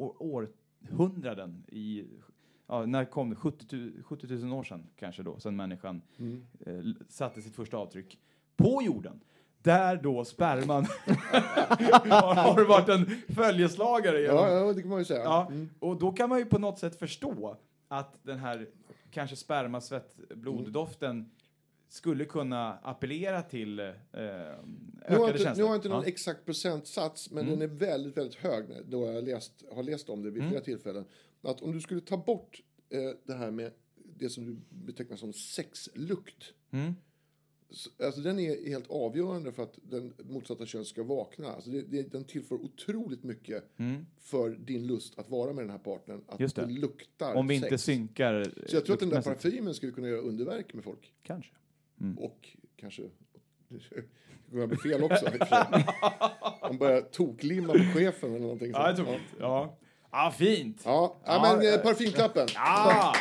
[SPEAKER 1] århundraden i... Ja, när kom det? 70 000 år sedan kanske då, sedan människan satte sitt första avtryck på jorden. Där då sperman har varit en följeslagare.
[SPEAKER 3] Ja, det kan man ju säga.
[SPEAKER 1] Ja, och då kan man ju på något sätt förstå att den här kanske sperma, svett, bloddoften skulle kunna appellera till ökade känslor.
[SPEAKER 3] Nu har jag inte någon exakt procentsats, men den är väldigt, väldigt hög då jag har läst om det vid flera tillfällen. Att om du skulle ta bort det här med det som du betecknar som sexlukt. Alltså den är helt avgörande för att den motsatta kön ska vakna. Alltså den tillför otroligt mycket för din lust att vara med den här partnern. Att
[SPEAKER 1] just det
[SPEAKER 3] luktar
[SPEAKER 1] om vi
[SPEAKER 3] sex.
[SPEAKER 1] inte synkar.
[SPEAKER 3] Så jag tror att den där parfymen skulle kunna göra underverk med folk.
[SPEAKER 1] Kanske.
[SPEAKER 3] Och kanske... Det kommer bli fel också. Man börjar toklimma på chefen eller någonting.
[SPEAKER 1] Ja, jag tror det. Ja. Ah, fint.
[SPEAKER 3] Ja, men parfymklappen.
[SPEAKER 1] Ja.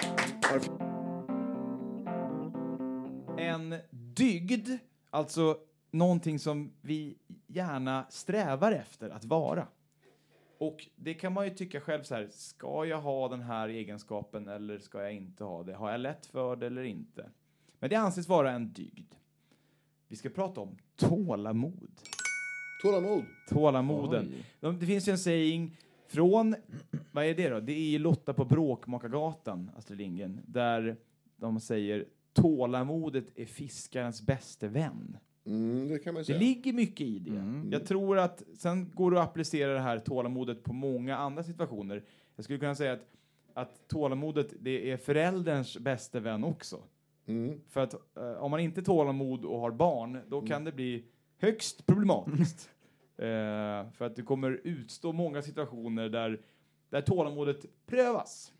[SPEAKER 1] En dygd, alltså någonting som vi gärna strävar efter att vara. Och det kan man ju tycka själv så här, ska jag ha den här egenskapen eller ska jag inte ha det? Har jag lätt för det eller inte? Men det anses vara en dygd. Vi ska prata om tålamod. Tålamoden. Det finns ju en saying från, vad är det då? Det är Lotta på Bråkmakargatan, Astrid Lindgren, där de säger tålamodet är fiskarens bäste vän.
[SPEAKER 3] Det kan man säga.
[SPEAKER 1] Det ligger mycket i det. Jag tror att sen går det att applicera det här tålamodet på många andra situationer. Jag skulle kunna säga att tålamodet, det är förälderns bäste vän också. För att om man inte tålamod och har barn, då kan det bli högst problematiskt. För att det kommer utstå många situationer där tålamodet prövas.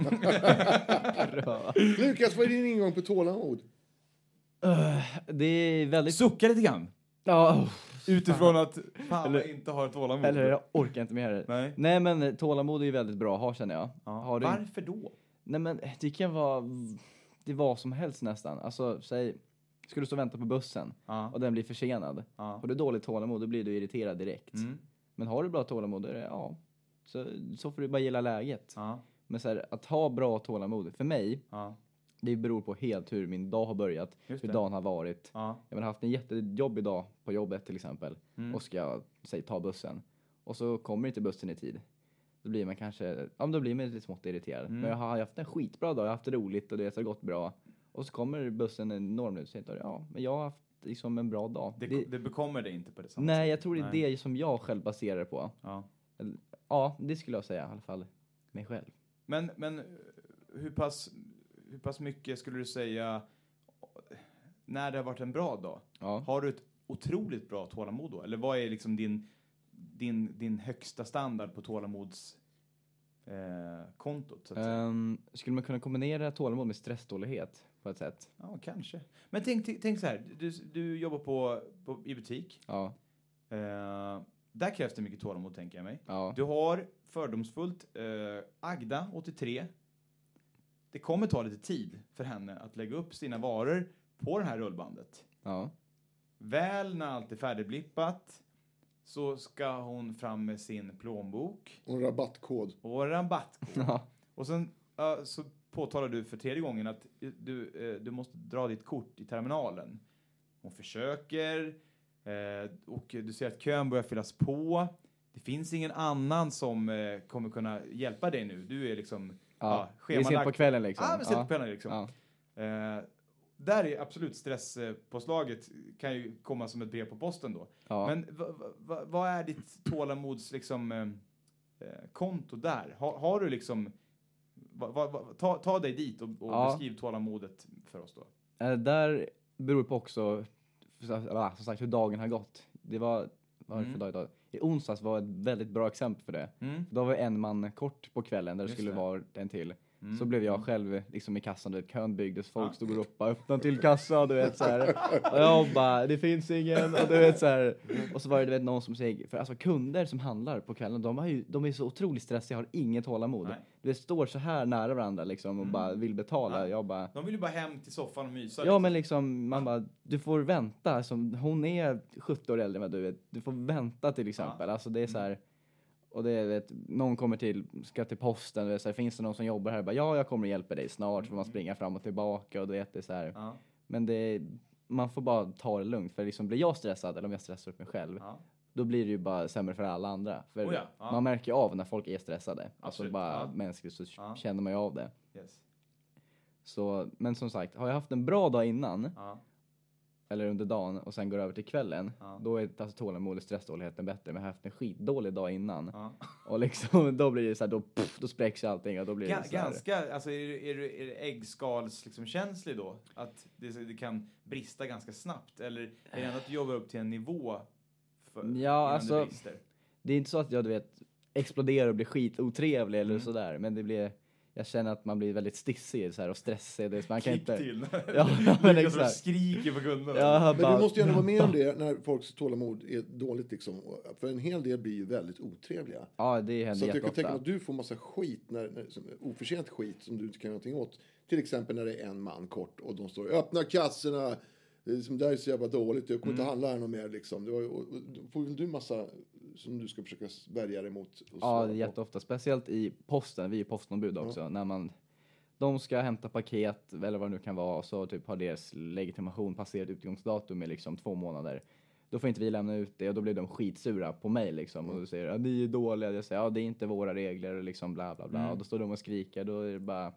[SPEAKER 3] Lukas, vad är din ingång på tålamod?
[SPEAKER 2] Det är väldigt...
[SPEAKER 1] Sucka lite grann.
[SPEAKER 2] Ja.
[SPEAKER 1] Utifrån att fan inte har tålamod.
[SPEAKER 2] Eller jag orkar inte med det. Nej, men tålamod är ju väldigt bra att ha, känner jag.
[SPEAKER 1] Ja. Varför då?
[SPEAKER 2] Nej, men det kan vara... Det var som helst nästan. Alltså, säg... Ska du stå och vänta på bussen och den blir försenad. Har du dåligt tålamod, då blir du irriterad direkt. Men har du bra tålamod, då är det, så får du bara gilla läget. Men så här, att ha bra tålamod, för mig, det beror på helt hur min dag har börjat. Hur dagen har varit. Jag har haft en jättejobbig dag på jobbet till exempel. Och ska, ta bussen. Och så kommer inte bussen i tid. Då blir man kanske, då blir man lite smått irriterad. Men jag har haft en skitbra dag, jag har haft det roligt och det har gått bra. Och så kommer bussen en enorm minut sen. Men jag har haft liksom en bra dag.
[SPEAKER 1] Det bekommer det inte på det samma
[SPEAKER 2] sätt. Nej, jag tror det är det som jag själv baserar på. Ja, det skulle jag säga i alla fall. Mig själv.
[SPEAKER 1] Men hur pass mycket skulle du säga när det har varit en bra dag? Har du ett otroligt bra tålamod då? Eller vad är liksom din högsta standard på tålamods kontot? Så att säga?
[SPEAKER 2] Skulle man kunna kombinera tålamod med stressdålighet på ett sätt?
[SPEAKER 1] Ja, kanske. Men tänk så här. Du jobbar i butik.
[SPEAKER 2] Ja.
[SPEAKER 1] Där krävs det mycket tålamod, tänker jag mig.
[SPEAKER 2] Ja.
[SPEAKER 1] Du har fördomsfullt Agda, 83. Det kommer ta lite tid för henne att lägga upp sina varor på det här rullbandet.
[SPEAKER 2] Ja.
[SPEAKER 1] Väl när allt är färdigblippat så ska hon fram med sin plånbok.
[SPEAKER 3] Och rabattkod.
[SPEAKER 2] Ja.
[SPEAKER 1] Och sen så påtalar du för tredje gången att du måste dra ditt kort i terminalen. Hon försöker och du ser att kön börjar fyllas på. Det finns ingen annan som kommer kunna hjälpa dig nu. Du är liksom
[SPEAKER 2] vi ser på kvällen liksom.
[SPEAKER 1] Ja, vi ser på kvällen liksom. Ja. Där är absolut stresspåslaget kan ju komma som ett brev på posten då. Ja. Men vad är ditt tålamods liksom konto där? Har du liksom ta dig dit och beskriv tålamodet för oss då.
[SPEAKER 2] Där beror på också som sagt hur dagen har gått. Det var för dag idag. I onsdags var ett väldigt bra exempel för det. Då var en man kort på kvällen där det skulle vara en till. Så blev jag själv liksom i kassan, du vet, kön byggdes, folk stod och ropade, öppna till kassan, du vet så här. Och jag bara, det finns ingen, och du vet så här. Och så var det, du vet, någon som säger, för alltså kunder som handlar på kvällen, de är så otroligt stressiga, har inget tålamod. Du vet, står så här nära varandra liksom och bara vill betala. Jag bara,
[SPEAKER 1] de vill ju bara hem till soffan och mysa.
[SPEAKER 2] Ja, men liksom, man bara, du får vänta, alltså, hon är 70 år äldre än du vet, du får vänta till exempel, alltså det är så här. Och det vet, någon ska till posten, det är så här, finns det någon som jobbar här, bara, ja, jag kommer att hjälpa dig snart, så får man springa fram och tillbaka och du vet, det är så här. Men man får bara ta det lugnt, för liksom, blir jag stressad eller om jag stressar upp mig själv, då blir det ju bara sämre för alla andra, för man märker av när folk är stressade. Absolut. Alltså bara mänskligt så känner man ju av det. Så, men som sagt, har jag haft en bra dag innan eller under dagen och sen går över till kvällen, då är alltså tålamod och stressdåligheten bättre. Men jag har haft en skitdålig dag innan. Och liksom, då blir det så här, då spräcks allting och då blir det så här.
[SPEAKER 1] Ganska, alltså är du äggskals liksom känslig då? Att det kan brista ganska snabbt? Eller är det ändå att du jobbar upp till en nivå innan
[SPEAKER 2] alltså,
[SPEAKER 1] det brister? Det
[SPEAKER 2] är inte så att jag, du vet, exploderar och blir skitotrevlig eller sådär. Men det blir... Jag känner att man blir väldigt stissig så här, och stressig. Man kan inte...
[SPEAKER 1] till.
[SPEAKER 2] Men exakt.
[SPEAKER 1] Skriker på kunderna.
[SPEAKER 3] Men du måste ju ändå vara med om det när folks tålamod är dåligt. Liksom. För en hel del blir ju väldigt otrevliga.
[SPEAKER 2] Ja, det händer jätteofta.
[SPEAKER 3] Så jag kan tänka mig att du får massa skit, oförtjänt skit som du inte kan göra någonting åt. Till exempel när det är en man kort och de står öppna kassorna. Det är som där är så jävla dåligt. Jag kommer inte handla här något mer liksom. Då får du massa som du ska försöka värja dig mot.
[SPEAKER 2] Ja, det är jätteofta. Speciellt i posten. Vi är postombud också. När de ska hämta paket eller vad det nu kan vara. Och så typ har deras legitimation passerat utgångsdatum i liksom 2 månader. Då får inte vi lämna ut det. Och då blir de skitsura på mig liksom. Och då säger ni är dåliga. Jag säger det är inte våra regler. Och liksom bla bla bla. Och då står de och skriker. Då är det bara...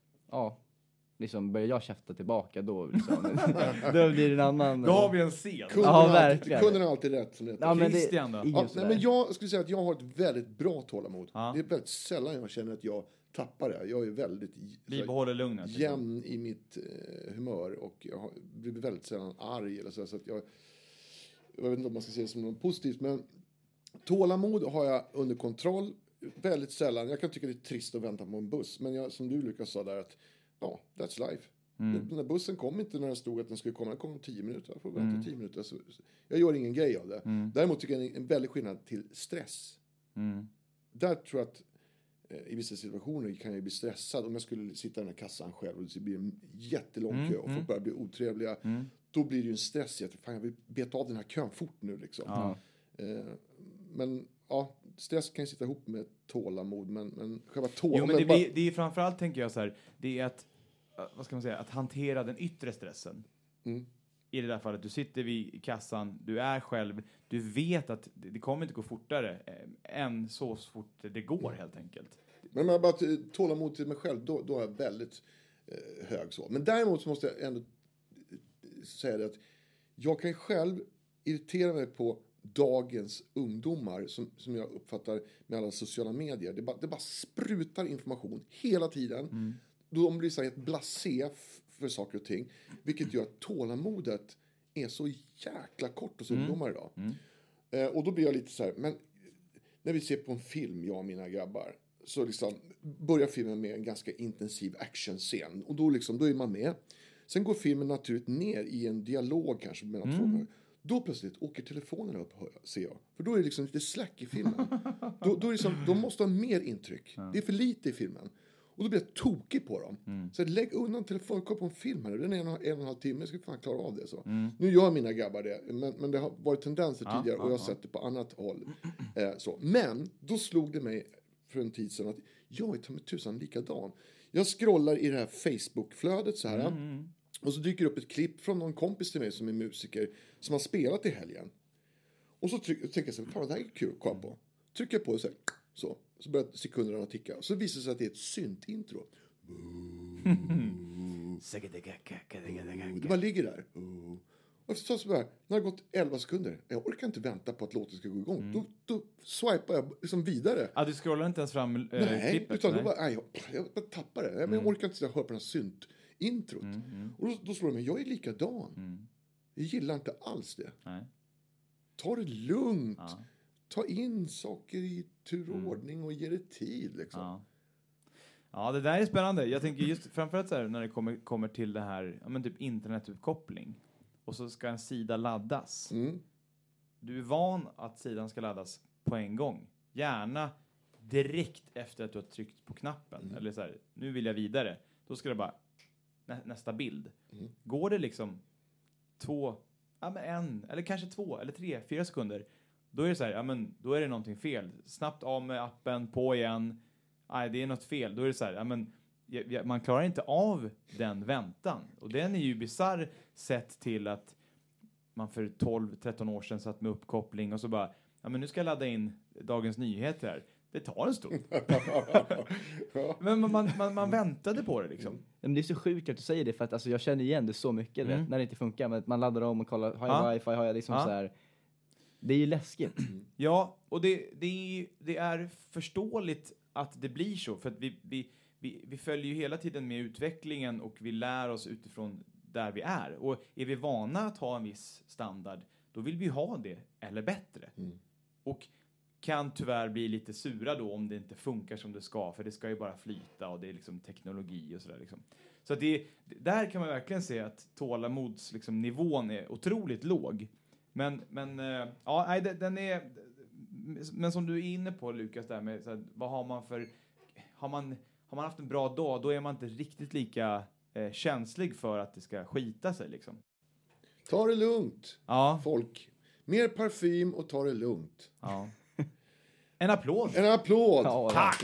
[SPEAKER 2] liksom börjar jag käfta tillbaka då liksom. Då blir det en annan...
[SPEAKER 1] Då har vi en scen.
[SPEAKER 3] Kunden har alltid rätt som det heter.
[SPEAKER 2] Ja, men
[SPEAKER 1] Christian då?
[SPEAKER 3] Men jag skulle säga att jag har ett väldigt bra tålamod. Det är väldigt sällan jag känner att jag tappar det. Jag är väldigt
[SPEAKER 1] bibehåller lugnet,
[SPEAKER 3] jämn i mitt humör. Och jag blir väldigt sällan arg. Eller så att jag vet inte om man ska se det som något positivt. Men tålamod har jag under kontroll. Väldigt sällan. Jag kan tycka det är trist att vänta på en buss. Men som du Lukas sa där att that's life. Den där bussen kom inte när det stod att den skulle komma. Den kom om 10 minuter. Jag får vänta 10 minuter. Så jag gör ingen grej av det. Däremot tycker jag en väldig skillnad till stress. Där tror jag att i vissa situationer kan jag bli stressad. Om jag skulle sitta i den här kassan själv och det blir en jättelång kö och folk börjar bli otrevliga. Då blir det ju en stress i att jag vill beta av den här kön fort nu liksom. Men stress kan ju sitta ihop med tålamod, men själva
[SPEAKER 1] Jo, men det är framförallt, tänker jag så här, det är att, vad ska man säga, att hantera den yttre stressen. I det där fallet, du sitter vid kassan, du är själv, du vet att det kommer inte gå fortare än så fort det går helt enkelt.
[SPEAKER 3] Men man bara tålamod till mig själv, då är jag väldigt hög så. Men däremot så måste jag ändå säga det att jag kan själv irritera mig på dagens ungdomar som jag uppfattar med alla sociala medier. Det bara sprutar information hela tiden. De blir så här ett blasé för saker och ting. Vilket gör att tålamodet är så jäkla kort hos ungdomar idag. Och då blir jag lite så här, men när vi ser på en film, jag och mina grabbar, så liksom börjar filmen med en ganska intensiv actionscen. Och då är man med. Sen går filmen naturligt ner i en dialog kanske mellan två. Då plötsligt åker telefonen upp, ser jag. För då är det liksom lite slack i filmen. De måste ha mer intryck. Det är för lite i filmen. Och då blir jag tokig på dem. Så lägg undan telefonen, kolla på en film här. Den är en och en halv timme, jag ska fan klara av det. Så. Nu gör mina grabbar det. Men det har varit tendenser tidigare och jag har sett det på annat håll. Så. Men då slog det mig för en tid sedan att jag är ta med tusan likadan. Jag scrollar i det här Facebook-flödet så här. Och så dyker upp ett klipp från någon kompis till mig som är musiker som har spelat i helgen. Och så tänker jag så här, fan det här är kul att kolla på. Trycker jag på det så börjar sekunderna ticka. Så visar det sig att det är ett synt-intro. Det bara ligger där. Och så bara, när det har gått 11 sekunder, jag orkar inte vänta på att låten ska gå igång. Då swipar jag liksom vidare.
[SPEAKER 1] Du scrollar inte ens fram
[SPEAKER 3] klippet? Utan då bara, jag bara tappar det. Men jag orkar inte höra på den här synt-introt. Och då slår det mig, jag är likadan. Jag gillar inte alls det.
[SPEAKER 1] Nej.
[SPEAKER 3] Ta det lugnt. Ta in saker i tur och ordning och ge det tid liksom.
[SPEAKER 1] Ja, det där är spännande. Jag tänker just framförallt så här, när det kommer till det här, typ internetuppkoppling. Och så ska en sida laddas. Du är van att sidan ska laddas på en gång. Gärna direkt efter att du har tryckt på knappen. Eller så här, nu vill jag vidare. Då ska det bara, nästa bild. Går det liksom 1 eller kanske 2 eller 3, 4 sekunder. Då är det så här, då är det någonting fel. Snabbt av med appen, på igen. Det är något fel. Då är det så här, man klarar inte av den väntan. Och den är ju bizarr sett till att man för 12-13 år sedan satt med uppkoppling och så bara, nu ska jag ladda in Dagens Nyheter här. Det tar en stund. Men man väntade på det liksom.
[SPEAKER 2] Men det är så sjukt att du säger det, för att alltså, jag känner igen det så mycket när det inte funkar. Men man laddar om och kollar, har jag wifi, har jag liksom så här. Det är ju läskigt.
[SPEAKER 1] Ja, och det är förståeligt att det blir så. För att vi följer ju hela tiden med utvecklingen och vi lär oss utifrån där vi är. Och är vi vana att ha en viss standard, då vill vi ha det eller bättre. Och kan tyvärr bli lite sura då om det inte funkar som det ska. För det ska ju bara flyta och det är liksom teknologi och sådär liksom. Så att där kan man verkligen se att tålamods liksom, nivån är otroligt låg. Men den är... Men som du är inne på, Lukas, där med så här, vad har man för... Har man haft en bra dag, då är man inte riktigt lika känslig för att det ska skita sig liksom.
[SPEAKER 3] Ta det lugnt, folk. Mer parfym och ta det lugnt.
[SPEAKER 1] Ja. En applåd.
[SPEAKER 3] En applåd.
[SPEAKER 2] Ja,
[SPEAKER 1] tack.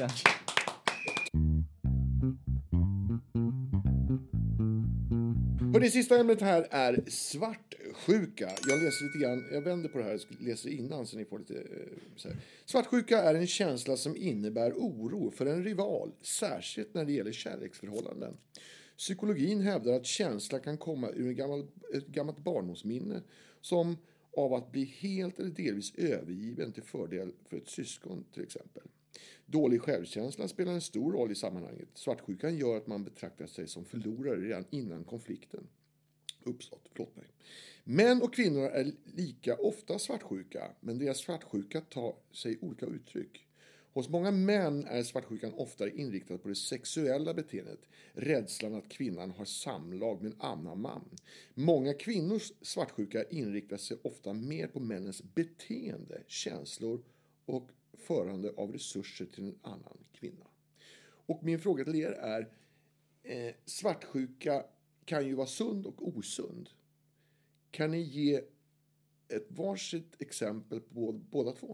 [SPEAKER 3] Och det sista ämnet här är svartsjuka. Jag läser lite grann, jag vänder på det här och läser innan så ni får lite så här. Svartsjuka är en känsla som innebär oro för en rival, särskilt när det gäller kärleksförhållanden. Psykologin hävdar att känslan kan komma ur ett gammalt barndomsminne som av att bli helt eller delvis övergiven till fördel för ett syskon till exempel. Dålig självkänsla spelar en stor roll i sammanhanget. Svartsjukan gör att man betraktar sig som förlorare redan innan konflikten uppstått. Män och kvinnor är lika ofta svartsjuka, men deras svartsjuka tar sig olika uttryck. Hos många män är svartsjukan oftare inriktad på det sexuella beteendet, rädslan att kvinnan har samlag med en annan man. Många kvinnors svartsjuka inriktar sig ofta mer på männens beteende, känslor och förande av resurser till en annan kvinna. Och min fråga till er är, svartsjuka kan ju vara sund och osund. Kan ni ge ett varsitt exempel på båda två?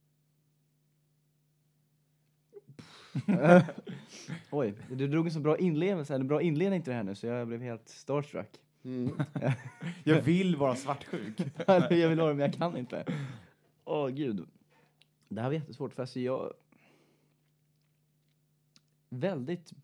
[SPEAKER 2] Oj, du drog en så bra inledning till det här nu så jag blev helt starstruck.
[SPEAKER 1] Jag vill vara svartsjuk.
[SPEAKER 2] Jag vill vara det, men jag kan inte. Gud. Det här var jättesvårt, för alltså jag... Väldigt...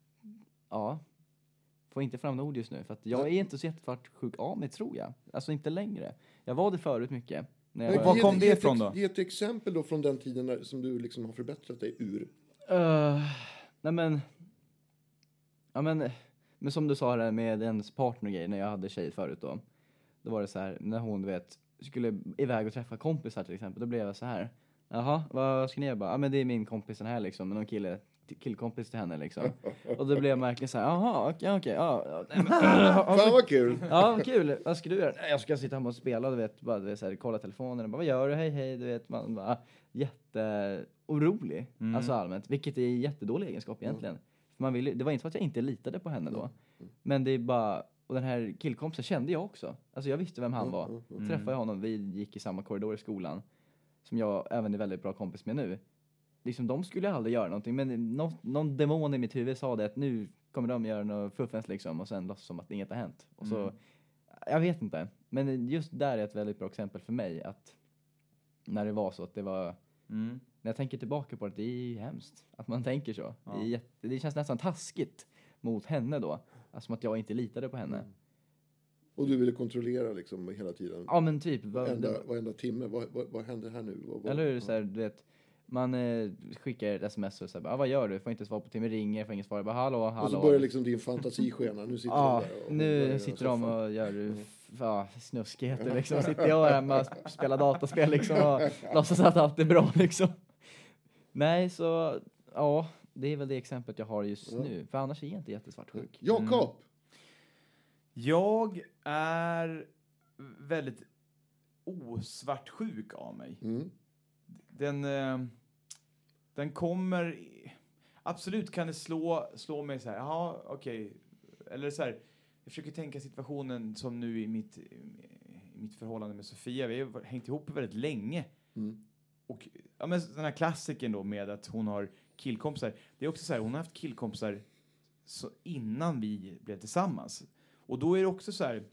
[SPEAKER 2] Får inte fram några ord just nu, för att jag är inte så jättesvartsjuk av mig, tror jag. Alltså inte längre. Jag var det förut mycket.
[SPEAKER 1] Var kom det ifrån då?
[SPEAKER 3] Ge ett exempel då från den tiden som du liksom har förbättrat dig ur.
[SPEAKER 2] Men som du sa här med ens partner grej när jag hade tjej förut då Då var det så här, när hon, du vet, skulle iväg och träffa kompisar till exempel. Då blev jag så här, jaha, vad ska ni göra? Ja, men det är min kompis den här liksom, med någon killkompis till henne liksom. Och då blev jag verkligen så här, jaha, okej, ja.
[SPEAKER 3] Fan vad kul!
[SPEAKER 2] Ja, kul. Vad ska du göra? Nej, jag ska sitta hemma och spela, du vet, bara, du vet, så här, kolla telefonen och bara, vad gör du? Hej, du vet, man bara jätteorolig, alltså allmänt, vilket är en jättedålig egenskap egentligen. För man det var inte så att jag inte litade på henne då, men det är bara, och den här killkompisen kände jag också. Alltså jag visste vem han var. Träffade jag honom, vi gick i samma korridor i skolan, som jag även är väldigt bra kompis med nu. Liksom, de skulle aldrig göra någonting, men någon demon i mitt huvud sa det att nu kommer de göra något fuffens liksom, och sen låtsas som att inget har hänt. Och så, jag vet inte. Men just där är ett väldigt bra exempel för mig, att när det var så att det var, när jag tänker tillbaka på det, det är ju hemskt att man tänker så. Ja. Det känns nästan taskigt mot henne då, alltså som att jag inte litade på henne.
[SPEAKER 3] Och du ville kontrollera liksom hela tiden?
[SPEAKER 2] Ja, men typ.
[SPEAKER 3] Varenda timme. Vad händer här nu?
[SPEAKER 2] Eller hur? Så här, du vet, man skickar ett sms och säger, vad gör du? Får inte svara på timmen, ringer, får inget svar. Bara, hallå.
[SPEAKER 3] Och så börjar liksom din fantasiskena. Nu sitter de där.
[SPEAKER 2] Nu sitter de och gör snuskigheter liksom. Sitter jag hemma och spelar dataspel liksom och låtsas att allt är bra liksom. Nej, så ja, det är väl det exemplet jag har just nu. För annars är jag inte jättesvartsjuk.
[SPEAKER 3] Jakob!
[SPEAKER 1] Jag är väldigt osvartsjuk av mig. Den kommer, absolut kan det slå mig så här, jaha, okej. Eller så här, jag försöker tänka situationen som nu i mitt förhållande med Sofia. Vi har hängt ihop väldigt länge. Och ja, men den här klassiken då med att hon har killkompisar. Det är också så här, hon har haft killkompisar så innan vi blev tillsammans. Och då är det också så här,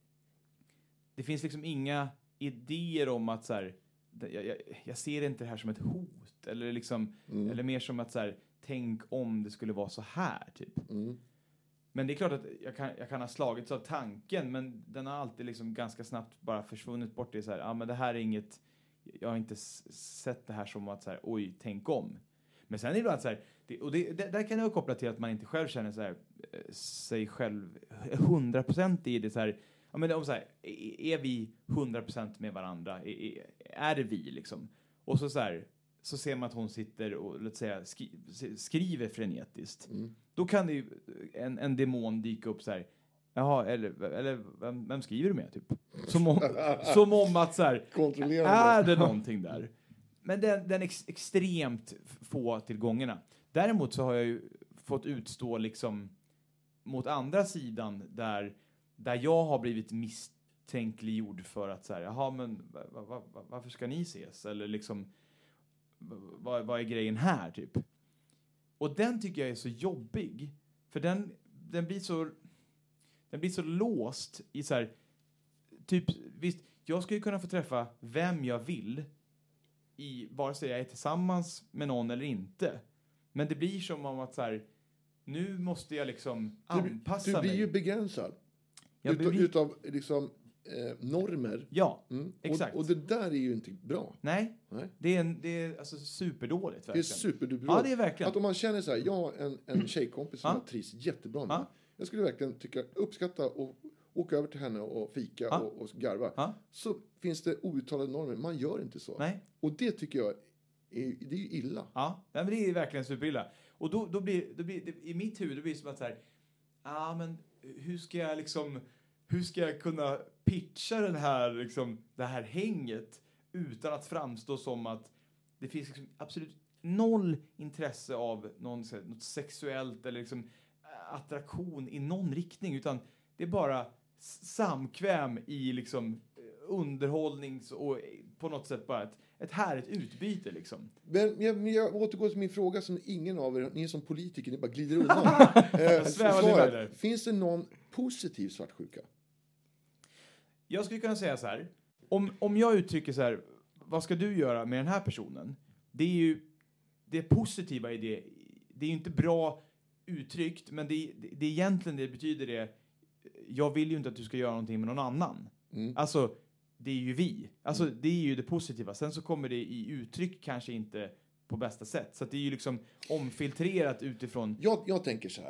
[SPEAKER 1] det finns liksom inga idéer om att så här, jag ser inte det här som ett hot eller liksom, eller mer som att så här, tänk om det skulle vara så här typ. Men det är klart att jag kan ha slagits av tanken, men den har alltid liksom ganska snabbt bara försvunnit bort. Det är så här, men det här är inget, jag har inte sett det här som att så här, oj, tänk om. Men sen är det att så här, där kan jag koppla till att man inte själv känner så här, sig själv 100% i det så här. Ja, men om så här, är vi 100% med varandra? Är det vi liksom? Och så här, så ser man att hon sitter och låt säga skriver frenetiskt. Då kan det ju en demon dyka upp så här. Jaha, eller vem skriver du med typ? Som om att så här, är det någonting där? Men den extremt få tillgångarna. Däremot så har jag ju fått utstå liksom mot andra sidan där jag har blivit misstänkliggjord för att så här, jaha, men varför ska ni ses? Eller liksom, vad är grejen här typ? Och den tycker jag är så jobbig. För den blir så låst i så här, typ, visst, jag ska ju kunna få träffa vem jag vill i vare sig jag är tillsammans med någon eller inte. Men det blir som om att så här, nu måste jag liksom anpassa mig.
[SPEAKER 3] Du blir ju begränsad. Utav liksom normer.
[SPEAKER 1] Ja, exakt.
[SPEAKER 3] Och det där är ju inte bra.
[SPEAKER 1] Nej. Det är alltså superdåligt.
[SPEAKER 3] Verkligen. Det är superdåligt.
[SPEAKER 1] Ja, det är verkligen.
[SPEAKER 3] Att om man känner så här, jag har en tjejkompis som jag trivs jättebra med. Jag skulle verkligen uppskatta och åka över till henne och fika och garva. Så finns det outtalade normer. Man gör inte så.
[SPEAKER 1] Nej.
[SPEAKER 3] Och det tycker jag det är ju illa.
[SPEAKER 1] Ja, men det är verkligen superilla. Och då blir det, i mitt huvud, det blir som att så här, men hur ska jag kunna pitcha det här hänget utan att framstå som att det finns liksom absolut noll intresse av något sexuellt eller liksom attraktion i någon riktning, utan det är bara samkväm i liksom underhållnings och på något sätt bara ett härligt utbyte liksom.
[SPEAKER 3] Men jag återgår till min fråga som ingen av er, ni är som politiker, ni bara glider undan. Finns det någon positiv svartsjuka?
[SPEAKER 1] Jag skulle kunna säga så här. Om jag uttrycker så här, vad ska du göra med den här personen? Det är ju det positiva i det. Det är ju inte bra uttryckt, men det egentligen det betyder det. Jag vill ju inte att du ska göra någonting med någon annan. Alltså, det är ju vi. Alltså, det är ju det positiva. Sen så kommer det i uttryck kanske inte på bästa sätt. Så att det är ju liksom omfiltrerat utifrån.
[SPEAKER 3] Jag tänker så här.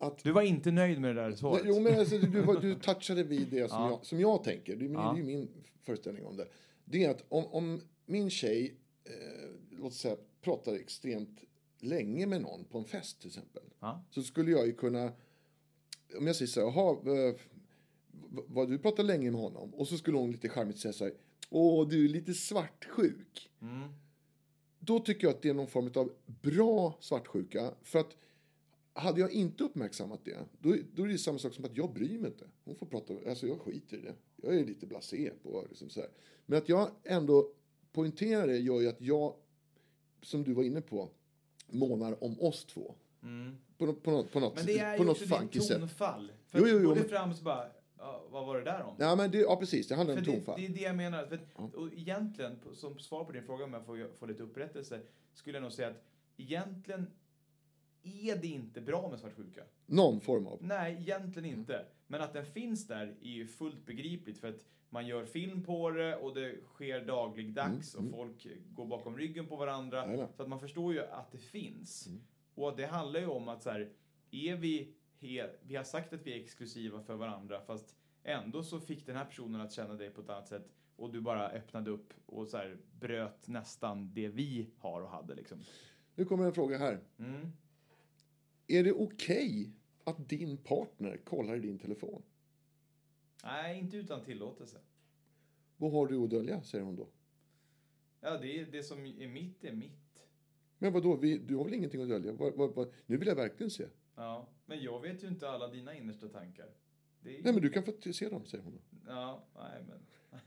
[SPEAKER 3] att...
[SPEAKER 1] Du var inte nöjd med det där svaret.
[SPEAKER 3] Jo, men alltså, du touchade vid det som jag tänker. Det är ju min föreställning om det. Det är att om min tjej, låt säga, pratar extremt länge med någon på en fest till exempel. Så skulle jag ju kunna, om jag säger så här, vad du pratar länge med honom. Och så skulle hon lite charmigt säga så här, du är lite svartsjuk. Då tycker jag att det är någon form av bra svartsjuka. För att hade jag inte uppmärksammat det, då är det samma sak som att jag bryr mig inte. Hon får prata, alltså jag skiter i det. Jag är lite blasé på liksom så här. Men att jag ändå poängterar det gör ju att jag, som du var inne på, månar om oss två. På något
[SPEAKER 1] men det är ju också ditt tonfall. För
[SPEAKER 3] jo,
[SPEAKER 1] det fram så bara, vad var det där om?
[SPEAKER 3] Ja, men precis. Det handlar om tonfall.
[SPEAKER 1] Det är det jag menar. Och egentligen, som svar på din fråga, om jag får lite upprättelse, skulle jag nog säga att egentligen är det inte bra med svartsjuka.
[SPEAKER 3] Någon form av.
[SPEAKER 1] Nej, egentligen inte. Men att den finns där är ju fullt begripligt. För att man gör film på det och det sker dagligdags. Och folk går bakom ryggen på varandra. Så att man förstår ju att det finns. Och det handlar ju om att så här, vi har sagt att vi är exklusiva för varandra. Fast ändå så fick den här personen att känna dig på ett annat sätt. Och du bara öppnade upp och så här, bröt nästan det vi har och hade liksom.
[SPEAKER 3] Nu kommer en fråga här. Är det okej att din partner kollar i din telefon?
[SPEAKER 1] Nej, inte utan tillåtelse.
[SPEAKER 3] Vad har du att dölja, säger hon då?
[SPEAKER 1] Ja, det som är mitt är mitt.
[SPEAKER 3] Men vadå, du har väl ingenting att dölja? Nu vill jag verkligen se.
[SPEAKER 1] Ja, men jag vet ju inte alla dina innersta tankar.
[SPEAKER 3] Nej, men du kan få se dem, säger hon.
[SPEAKER 1] Ja, nej men...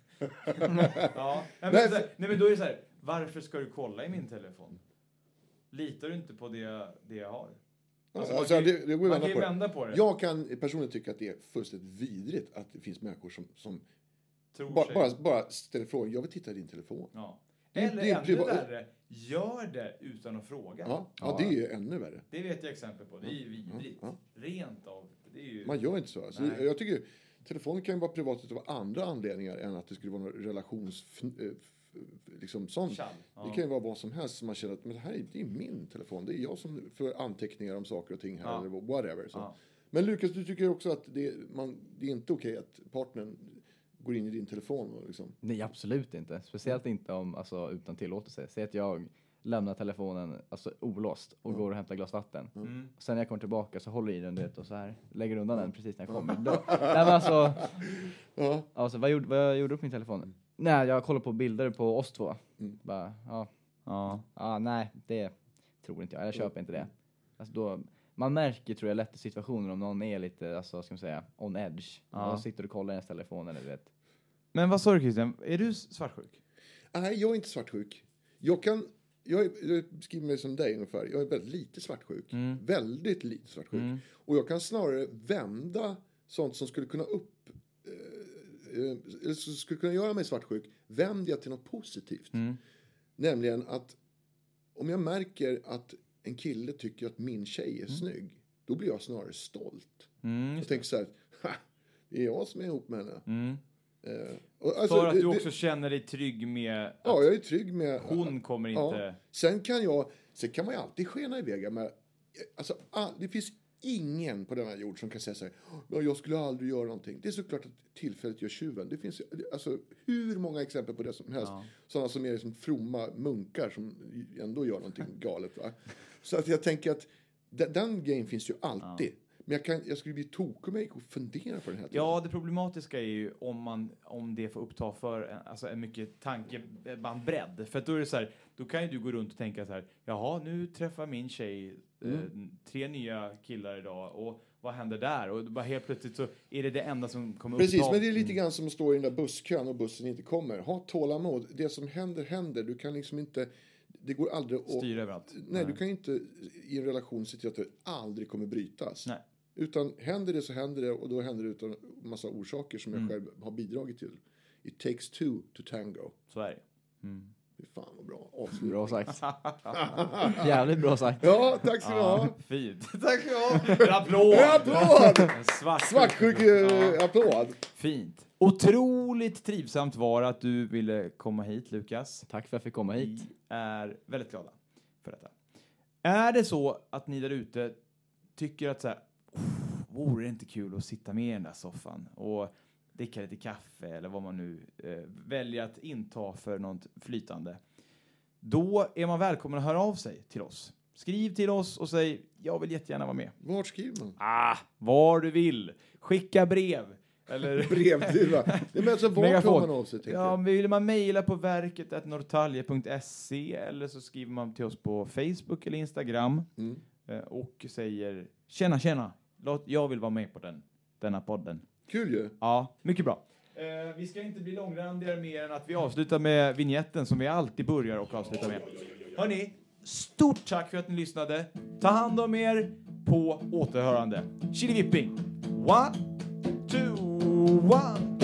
[SPEAKER 1] nej, men då är det så här, varför ska du kolla i min telefon? Litar du inte på det jag har? Alltså, man kan ju vända på det.
[SPEAKER 3] Jag kan personligen tycka att det är fullständigt vidrigt att det finns människor som bara ställer frågan, jag vill titta i din telefon.
[SPEAKER 1] Ja. Eller ännu värre, gör det utan att fråga.
[SPEAKER 3] Ja, det är ju ännu värre.
[SPEAKER 1] Det vet jag exempel på. Det är ju vidrigt. Rent av. Det är ju...
[SPEAKER 3] Man gör inte så. Alltså, jag tycker telefonen kan ju vara privat av andra anledningar än att det skulle vara någon relations... liksom sånt. Det kan ju vara vad som helst som man känner att men det är min telefon. Det är jag som för anteckningar om saker och ting här eller whatever. Så. Men Lukas, du tycker också att det är inte okej att partnern går in i din telefon och liksom.
[SPEAKER 2] Nej, absolut inte. Speciellt inte om utan tillåtelse. Säg att jag lämnar telefonen olåst och går och hämtar glas vatten. Sen när jag kommer tillbaka så håller jag i den och så här lägger undan den precis när jag kommer. Vad gjorde du på min telefon? Nej, jag kollar på bilder på oss två. Nej, det tror inte jag. Jag köper inte det. Då, man märker, tror jag, lätt i situationer om någon är lite, ska man säga, on edge. Man sitter och kollar i ens telefon eller vet.
[SPEAKER 1] Men vad sa du, Christian? Är du svartsjuk?
[SPEAKER 3] Nej, jag är inte svartsjuk. Jag skriver mig som dig ungefär. Jag är väldigt lite svartsjuk. Väldigt lite svartsjuk. Och jag kan snarare vända sånt som skulle kunna eller skulle kunna göra mig svartsjuk, vänder jag till något positivt. Nämligen att om jag märker att en kille tycker att min tjej är snygg, då blir jag snarare stolt. Jag tänker så här, det är jag som är ihop med henne.
[SPEAKER 1] För att du också känner dig trygg med att
[SPEAKER 3] jag är trygg med
[SPEAKER 1] hon kommer inte...
[SPEAKER 3] Sen kan man ju alltid skena iväg med, det finns ingen på denna jord som kan säga så här, jag skulle aldrig göra någonting. Det är såklart att tillfället gör tjuven. Det finns hur många exempel på det som helst. Sådana som är liksom fromma munkar som ändå gör någonting galet. Va? Så att jag tänker att den grejen finns ju alltid. Men jag skulle bli tokig och fundera på den här tiden.
[SPEAKER 1] Ja, det problematiska är ju om det får uppta för en mycket tankebandbredd. För att då är det så här, då kan ju du gå runt och tänka så här, jaha, nu träffar min tjej 3 nya killar idag och vad händer där? Och bara helt plötsligt så är det enda som kommer uppta.
[SPEAKER 3] Precis, men det är lite grann som att stå i den där busskön och bussen inte kommer. Ha tålamod. Det som händer. Du kan liksom inte... Det går aldrig att...
[SPEAKER 1] Styra överallt.
[SPEAKER 3] Nej, du kan inte i en relation se till att det aldrig kommer brytas. Nej. Utan händer det så händer det, och då händer det utan en massa orsaker som jag själv har bidragit till. It takes two to tango.
[SPEAKER 1] Så är det.
[SPEAKER 3] Fy fan vad bra.
[SPEAKER 2] Bra sagt. Jävligt bra sagt.
[SPEAKER 3] Ja, tack ska du ha.
[SPEAKER 1] Fint. Tack ska du ha. En applåd.
[SPEAKER 3] Svartsjuk applåd.
[SPEAKER 1] Fint. Otroligt trivsamt var att du ville komma hit, Lukas.
[SPEAKER 2] Tack för att jag fick komma hit.
[SPEAKER 1] Vi är väldigt glada för detta. Är det så att ni där ute tycker att så här, vore det inte kul att sitta med i den där soffan och dricka lite kaffe eller vad man nu väljer att inta för något flytande. Då är man välkommen att höra av sig till oss. Skriv till oss och säg, jag vill jättegärna vara med.
[SPEAKER 3] Vart skriver man?
[SPEAKER 1] Var du vill. Skicka brev. Eller
[SPEAKER 3] Brevduva. Men alltså, vart tar man av sig?
[SPEAKER 1] Ja, vill man mejla på verket@norrtalje.se eller så skriver man till oss på Facebook eller Instagram och säger, tjena, jag vill vara med på denna podden.
[SPEAKER 3] Kul ju.
[SPEAKER 1] Ja, mycket bra. Vi ska inte bli långrandigare mer än att vi avslutar med vignetten som vi alltid börjar och avslutar med. Hörrni, stort tack för att ni lyssnade. Ta hand om er, på återhörande. Chili Vipping. 1, 2, 1.